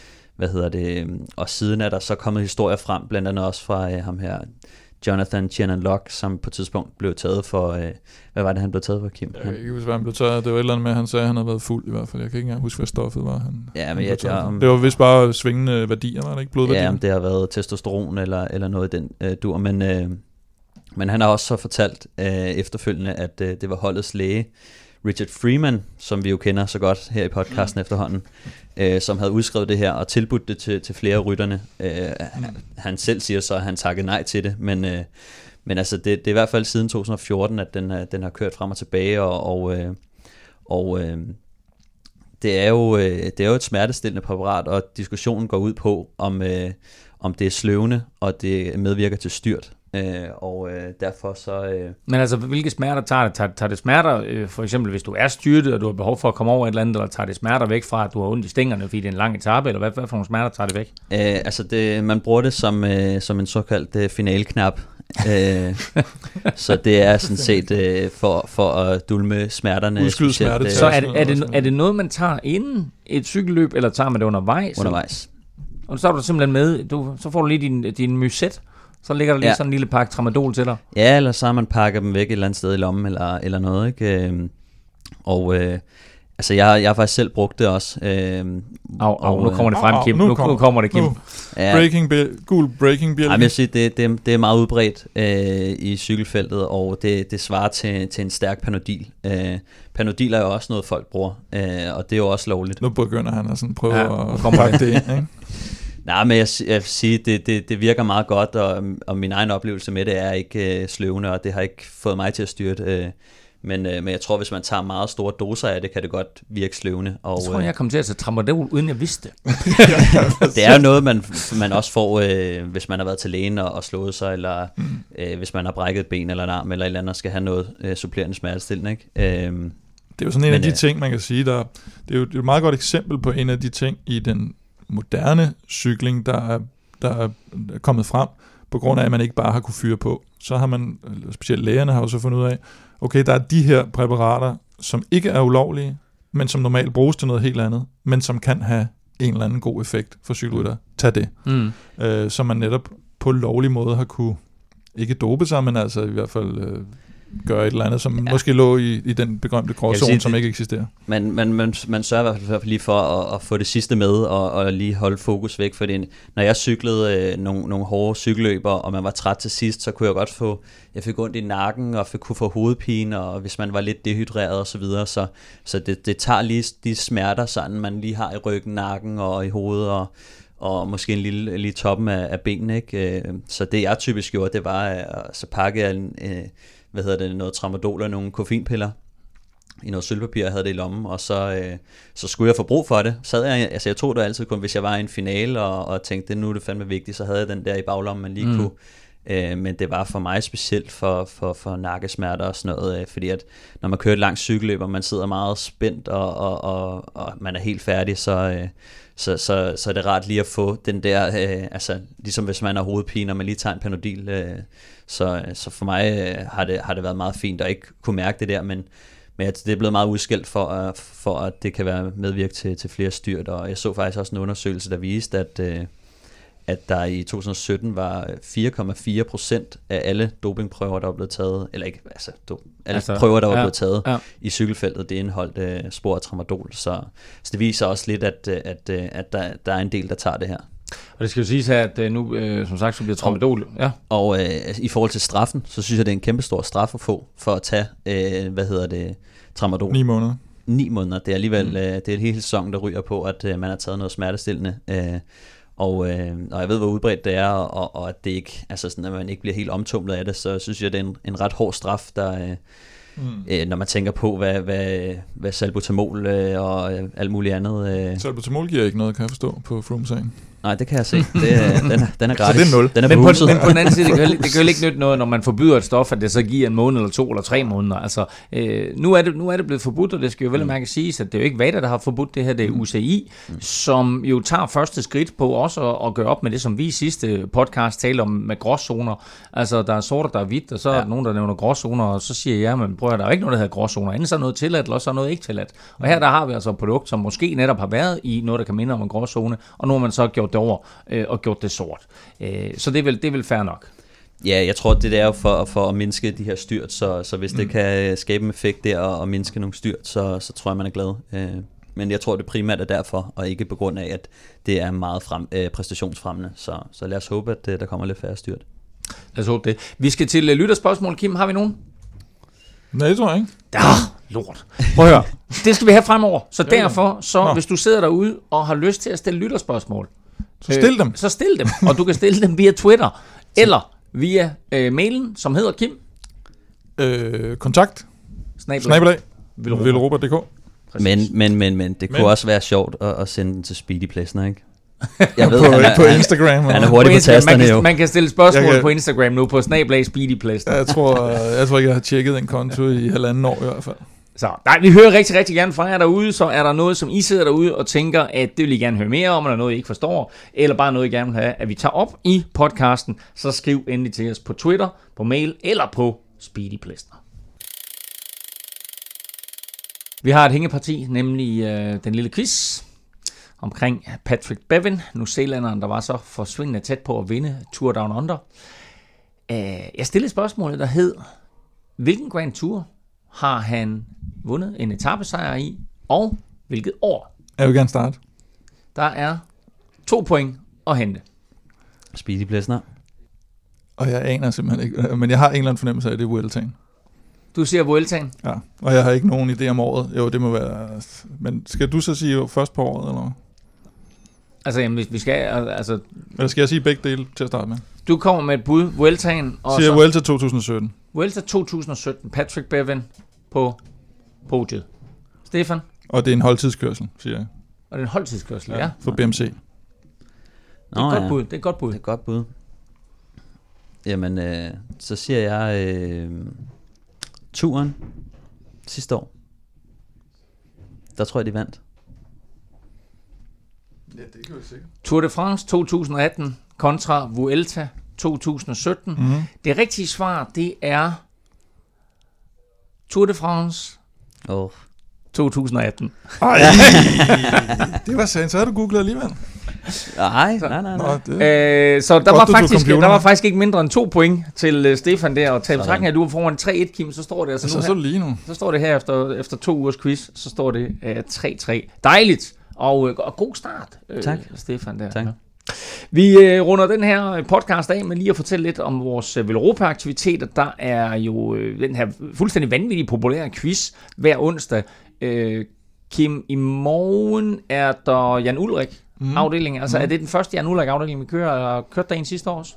[SPEAKER 5] og siden er der så kommet historier frem, blandt andet også fra ham her Jonathan Chenan-Locke, som på et tidspunkt blev taget for, hvad var det, han blev taget for, Kim?
[SPEAKER 4] Jeg kan ikke huske, hvad han blev taget. Det var et eller andet med, at han sagde, at han havde været fuld i hvert fald. Jeg kan ikke engang huske, hvad stoffet var. Det var vist bare svingende værdier, var det ikke? Blodværdier?
[SPEAKER 5] Ja, det har været testosteron eller noget i den dur, men han har også så fortalt efterfølgende, at det var holdets læge, Richard Freeman, som vi jo kender så godt her i podcasten efterhånden, som havde udskrevet det her og tilbudt det til flere af rytterne. Han selv siger så, at han takkede nej til det, men altså det er i hvert fald siden 2014, at den har kørt frem og tilbage, og det er jo et smertestillende præparat, og diskussionen går ud på, om det er sløvende, og det medvirker til styrt. Derfor så...
[SPEAKER 3] Men altså, hvilke smerter tager det? Tager det smerter, for eksempel hvis du er styrtet, og du har behov for at komme over et eller andet, eller tager det smerter væk fra, at du har ondt i stængerne, fordi det er en lang etape, eller hvad for nogle smerter tager det væk?
[SPEAKER 5] Man bruger det som en såkaldt finaleknap. Så det er sådan set for at dulme smerterne.
[SPEAKER 4] Udskyde smerte.
[SPEAKER 3] Så er det noget, man tager inden et cykelløb, eller tager man det undervejs?
[SPEAKER 5] Undervejs.
[SPEAKER 3] Og så er du simpelthen med, så får du lige din myset. Så ligger der lige sådan en lille pakke tramadol til dig.
[SPEAKER 5] Ja, eller så har man pakket dem væk et eller andet sted i lommen eller noget, ikke? Altså jeg har faktisk selv brugt det også.
[SPEAKER 3] Nu kommer det frem, Kim. Nu kommer det, Kim.
[SPEAKER 4] Gul breaking bjælke.
[SPEAKER 5] Jeg vil sige, det er meget udbredt i cykelfeltet, og det svarer til en stærk Panodil. Panodil er jo også noget, folk bruger, og det er jo også lovligt.
[SPEAKER 4] Nu begynder han at sådan prøve at pakke det ind, ikke?
[SPEAKER 5] Nej, men jeg vil sige, det virker meget godt, og min egen oplevelse med det er ikke sløvende, og det har ikke fået mig til at styrte. Men jeg tror, hvis man tager meget store doser af det, kan det godt virke sløvende. Og,
[SPEAKER 3] jeg tror, jeg kom til at tage tramadol, uden jeg vidste det.
[SPEAKER 5] Det er jo noget, man også får, hvis man har været til lægen og slået sig, eller hvis man har brækket et ben eller en arm, eller et eller andet, og skal have noget supplerende smertestillende, ikke?
[SPEAKER 4] Det er jo sådan en af de ting, man kan sige, det er jo et meget godt eksempel på en af de ting i den moderne cykling, der er kommet frem, på grund af, at man ikke bare har kunne fyre på. Så har man, specielt lægerne har jo så fundet ud af, okay, der er de her præparater, som ikke er ulovlige, men som normalt bruges til noget helt andet, men som kan have en eller anden god effekt for cykelrytter. Tag det. Så man netop på lovlig måde har kunne, ikke dope sig, men altså i hvert fald gøre et eller andet, som måske lå i den berømte gråzone, som ikke eksisterer.
[SPEAKER 5] Man sørger i hvert fald lige for at få det sidste med, og lige holde fokus væk, for det. Når jeg cyklede nogle hårde cykelløber, og man var træt til sidst, så kunne jeg godt jeg fik ondt i nakken, og kunne få hovedpine, og hvis man var lidt dehydreret og så videre, så det tager lige de smerter, sådan man lige har i ryggen, nakken og i hovedet, og måske en lille toppen af benene, ikke? Så det jeg typisk gjorde, det var, så pakkede jeg noget tramadol og nogle koffeinpiller i noget sølvpapir, jeg havde det i lommen, og så skulle jeg få brug for det. Jeg tog det altid kun, hvis jeg var i en finale, og tænkte, nu er det fandme vigtigt, så havde jeg den der i baglommen, man lige kunne. Men det var for mig specielt for nakkesmerter og sådan noget, fordi at når man kører et langt cykelløb, og man sidder meget spændt, og man er helt færdig, så er det rart lige at få den der, altså ligesom hvis man har hovedpine, og man lige tager en Panodil, så for mig har det været meget fint at ikke kunne mærke det der, men det er blevet meget udskilt for at det kan være medvirke til flere styrt, og jeg så faktisk også en undersøgelse, der viste, at der i 2017 var 4,4% af alle dopingprøver, der var blevet taget, eller ikke, prøver, der var blevet taget i cykelfeltet, det indeholdt spor af tramadol, så det viser også lidt, at der er en del, der tager det her.
[SPEAKER 3] Og det skal jo siges her, at nu, som sagt, så bliver tramadol. Ja.
[SPEAKER 5] Og i forhold til straffen, så synes jeg, det er en kæmpe stor straf at få, for at tage, tramadol.
[SPEAKER 4] 9 måneder.
[SPEAKER 5] 9 måneder, det er alligevel, det er et hele sæson, der ryger på, at man har taget noget smertestillende, og jeg ved, hvor udbredt det er, og at det ikke, altså sådan, at man ikke bliver helt omtumlet af det, så synes jeg, det er en ret hård straf, der, når man tænker på, hvad salbutamol og alt muligt andet.
[SPEAKER 4] Salbutamol giver ikke noget, kan jeg forstå, på Froome-sagen.
[SPEAKER 5] Nej, det kan jeg se. Den er gratis.
[SPEAKER 4] Så det er 0.
[SPEAKER 3] Men på den anden side, det kan jo ikke nytte noget, når man forbyder et stof, at det så giver en måned eller 2 eller 3 måneder. Altså, nu er det blevet forbudt, og det skal jo vel mærke siges, at det er jo ikke VADA, der har forbudt det her, det er UCI, som jo tager første skridt på også at gøre op med det, som vi i sidste podcast talte om med gråzoner. Altså, der er sort, og der er hvidt, og så er der nogen, der nævner gråzoner, og så siger jeg, men prøv at der er ikke noget, der hedder gråzoner. Enten så er noget tilladt, eller så er noget ikke tilladt. Og her der har vi altså et produkt, som måske netop har været i noget, der kan minde om en gråzone, og nu har man så gjort det over og gjort det sort. Så det er vel fair nok.
[SPEAKER 5] Ja, jeg tror, det er jo for at mindske de her styrt, så hvis det kan skabe en effekt der og mindske nogle styrt, så tror jeg, man er glad. Men jeg tror, det primært er derfor, og ikke på grund af, at det er meget præstationsfremmende. Så lad os håbe, at der kommer lidt færre styrt.
[SPEAKER 3] Lad os håbe det. Vi skal til lytterspørgsmål. Kim, har vi nogen?
[SPEAKER 4] Nej, det tror jeg ikke.
[SPEAKER 3] lort. Prøv at høre. Det skal vi have fremover. Så derfor, hvis du sidder derude og har lyst til at stille lytterspørgsmål,
[SPEAKER 4] så stil dem.
[SPEAKER 3] Så stil dem. Og du kan stille dem via Twitter, eller via mailen, som hedder Kim.
[SPEAKER 4] Kontakt. Snabelag. Velropa.dk.
[SPEAKER 5] Men det kunne også være sjovt at sende den til Speedy Plesner, ikke?
[SPEAKER 4] Jeg ved, på Instagram.
[SPEAKER 5] Han er hurtig på tasterne jo.
[SPEAKER 3] Man kan stille spørgsmål på Instagram nu på @SpeedyPlesner.
[SPEAKER 4] Jeg tror ikke, jeg har tjekket en konto i 1,5 år i hvert fald.
[SPEAKER 3] Så nej, vi hører rigtig, rigtig gerne fra jer derude. Så er der noget, som I sidder derude og tænker, at det vil I gerne høre mere om, eller noget, I ikke forstår, eller bare noget, I gerne vil have, at vi tager op i podcasten, så skriv endelig til os på Twitter, på mail eller på Speedy Plesner. Vi har et hængeparti, nemlig den lille quiz omkring Patrick Bevin, newzealanderen, der var så forsvindende tæt på at vinde Tour Down Under. Jeg stillede spørgsmålet, der hed, hvilken Grand Tour har han vundet en etapesejr i, og hvilket år?
[SPEAKER 4] Jeg vil gerne starte.
[SPEAKER 3] Der er 2 point at hente.
[SPEAKER 5] Speedy Plesner.
[SPEAKER 4] Og jeg aner simpelthen ikke, men jeg har en eller anden fornemmelse af, at det er Vueltaen.
[SPEAKER 3] Du siger Vueltaen?
[SPEAKER 4] Ja, og jeg har ikke nogen idé om året. Jo, det må være... Men skal du så sige først på året, eller?
[SPEAKER 3] Altså, jamen, vi skal... Altså,
[SPEAKER 4] eller skal jeg sige begge dele til at starte med?
[SPEAKER 3] Du kommer med et bud, Vueltaen, og
[SPEAKER 4] siger Vuelta 2017.
[SPEAKER 3] Vuelta 2017, Patrick Bevin på podiet. Stefan?
[SPEAKER 4] Og det er en holdtidskørsel, siger jeg.
[SPEAKER 3] Og det er en holdtidskørsel, ja.
[SPEAKER 4] For BMC.
[SPEAKER 3] Det er et godt bud, det er et godt bud.
[SPEAKER 5] Det er et godt bud. Jamen, så siger jeg turen sidste år. Der tror jeg, de vandt.
[SPEAKER 4] Ja, det kan vi sikkert.
[SPEAKER 3] Tour de France 2018 kontra Vuelta 2017. Mm-hmm. Det rigtige svar, det er Tour de France 2018.
[SPEAKER 4] Ej, det var sandt. Så har du googlet alligevel.
[SPEAKER 5] Nej.
[SPEAKER 3] Så der var faktisk ikke mindre end 2 point til Stefan der, og til betragtning af, at du var foran 3-1, Kim, så står det altså nu her.
[SPEAKER 4] Så lige nu.
[SPEAKER 3] Så står det her efter 2 ugers quiz, så står det 3-3. Dejligt, og god start,
[SPEAKER 5] tak.
[SPEAKER 3] Stefan der.
[SPEAKER 5] Tak.
[SPEAKER 3] Ja. Vi runder den her podcast af med lige at fortælle lidt om vores Velropa-aktiviteter. Der er jo den her fuldstændig vanvittige populære quiz hver onsdag. Kim, i morgen er der Jan Ulrik afdeling. Altså er det den første Jan Ulrik afdeling, vi kører? Kørte der en sidste år også?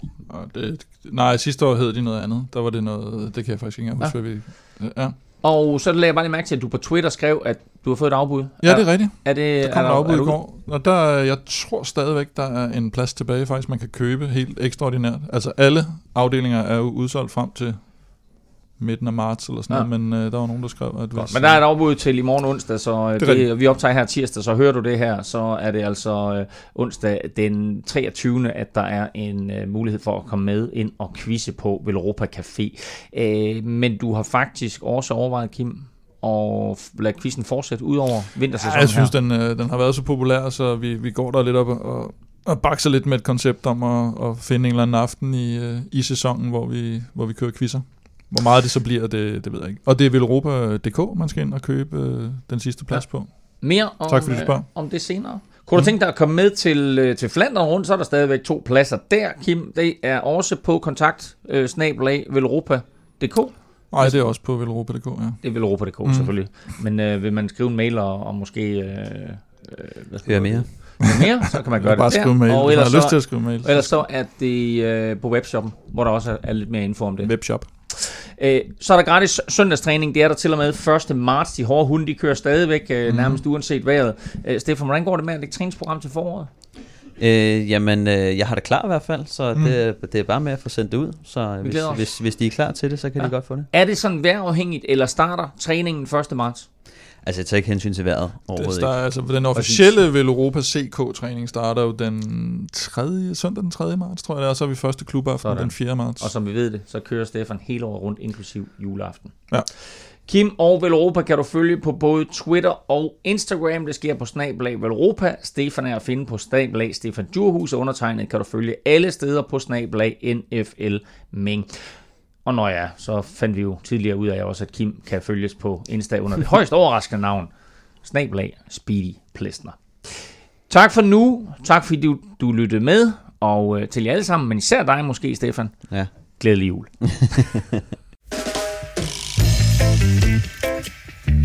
[SPEAKER 4] Nej, sidste år hed de noget andet. Der var det noget, det kan jeg faktisk ikke engang huske. Ja.
[SPEAKER 3] Og så lagde jeg bare lige mærke til, at du på Twitter skrev, at du har fået et afbud.
[SPEAKER 4] Ja, det er rigtigt.
[SPEAKER 3] Der
[SPEAKER 4] kom et afbud i går. Og jeg tror stadigvæk, der er en plads tilbage, faktisk man kan købe helt ekstraordinært. Altså alle afdelinger er jo udsolgt frem til midten af marts eller sådan noget, men der var nogen, der skrev, at hvis...
[SPEAKER 3] Men der er et afbud til i morgen onsdag, så vi optager her tirsdag, så hører du det her, så er det altså onsdag den 23. at der er en mulighed for at komme med ind og quizze på Velropa Café. Men du har faktisk også overvejet, Kim, og lade quizzen fortsætte ud over vintersæsonen.
[SPEAKER 4] Jeg synes, den har været så populær, så vi går der lidt op og bakser lidt med et koncept om at finde en eller anden aften i sæsonen, hvor vi kører quizzer. Hvor meget det så bliver, det ved jeg ikke. Og det er Velropa.dk, man skal ind og købe den sidste plads på.
[SPEAKER 3] Mere om det senere. Kunne du tænke dig at komme med til Flandern rundt, så er der stadigvæk 2 pladser der, Kim. Det er også på kontakt @velropa.dk.
[SPEAKER 4] Nej, det er også på Velropa.dk, ja.
[SPEAKER 3] Det er Velropa.dk, selvfølgelig. Men vil man skrive en mail og måske...
[SPEAKER 5] høre mere?
[SPEAKER 3] Mere, så kan man gøre det
[SPEAKER 4] der. Mail, og ellers, lyst til at skrive mail.
[SPEAKER 3] Ellers så er det på webshoppen, hvor der også er lidt mere info om det.
[SPEAKER 4] Webshop.
[SPEAKER 3] Så er der gratis søndagstræning. Det er der til og med 1. marts. De hårde hunde, de kører stadigvæk nærmest uanset vejret. Stefan, hvordan går det med at lægge træningsprogram til foråret?
[SPEAKER 5] Jamen, jeg har det klar i hvert fald, så det er bare med at få sendt det ud. Så hvis de er klar til det, så kan de godt få det.
[SPEAKER 3] Er det sådan vejrafhængigt, eller starter træningen 1. marts?
[SPEAKER 5] Altså, jeg tager ikke hensyn til vejret overhovedet ikke.
[SPEAKER 4] Altså, den officielle Velropa CK-træning starter jo søndag den 3. marts, tror jeg det er, og så er vi første klubaften den 4. marts.
[SPEAKER 3] Og som vi ved det, så kører Stefan hele året rundt, inklusiv juleaften.
[SPEAKER 4] Ja.
[SPEAKER 3] Kim og Velropa kan du følge på både Twitter og Instagram. Det sker på @Velropa. Stefan er at finde på @Stefan Djurhus, og undertegnet kan du følge alle steder på @NFL Ming. Og så fandt vi jo tidligere ud af også, at Kim kan følges på Insta under det højst overraskende navn, @Speedy Plesner. Tak for nu. Tak fordi du lyttede med, og til jer alle sammen, men især dig måske, Stefan.
[SPEAKER 5] Ja.
[SPEAKER 3] Glædelig jul.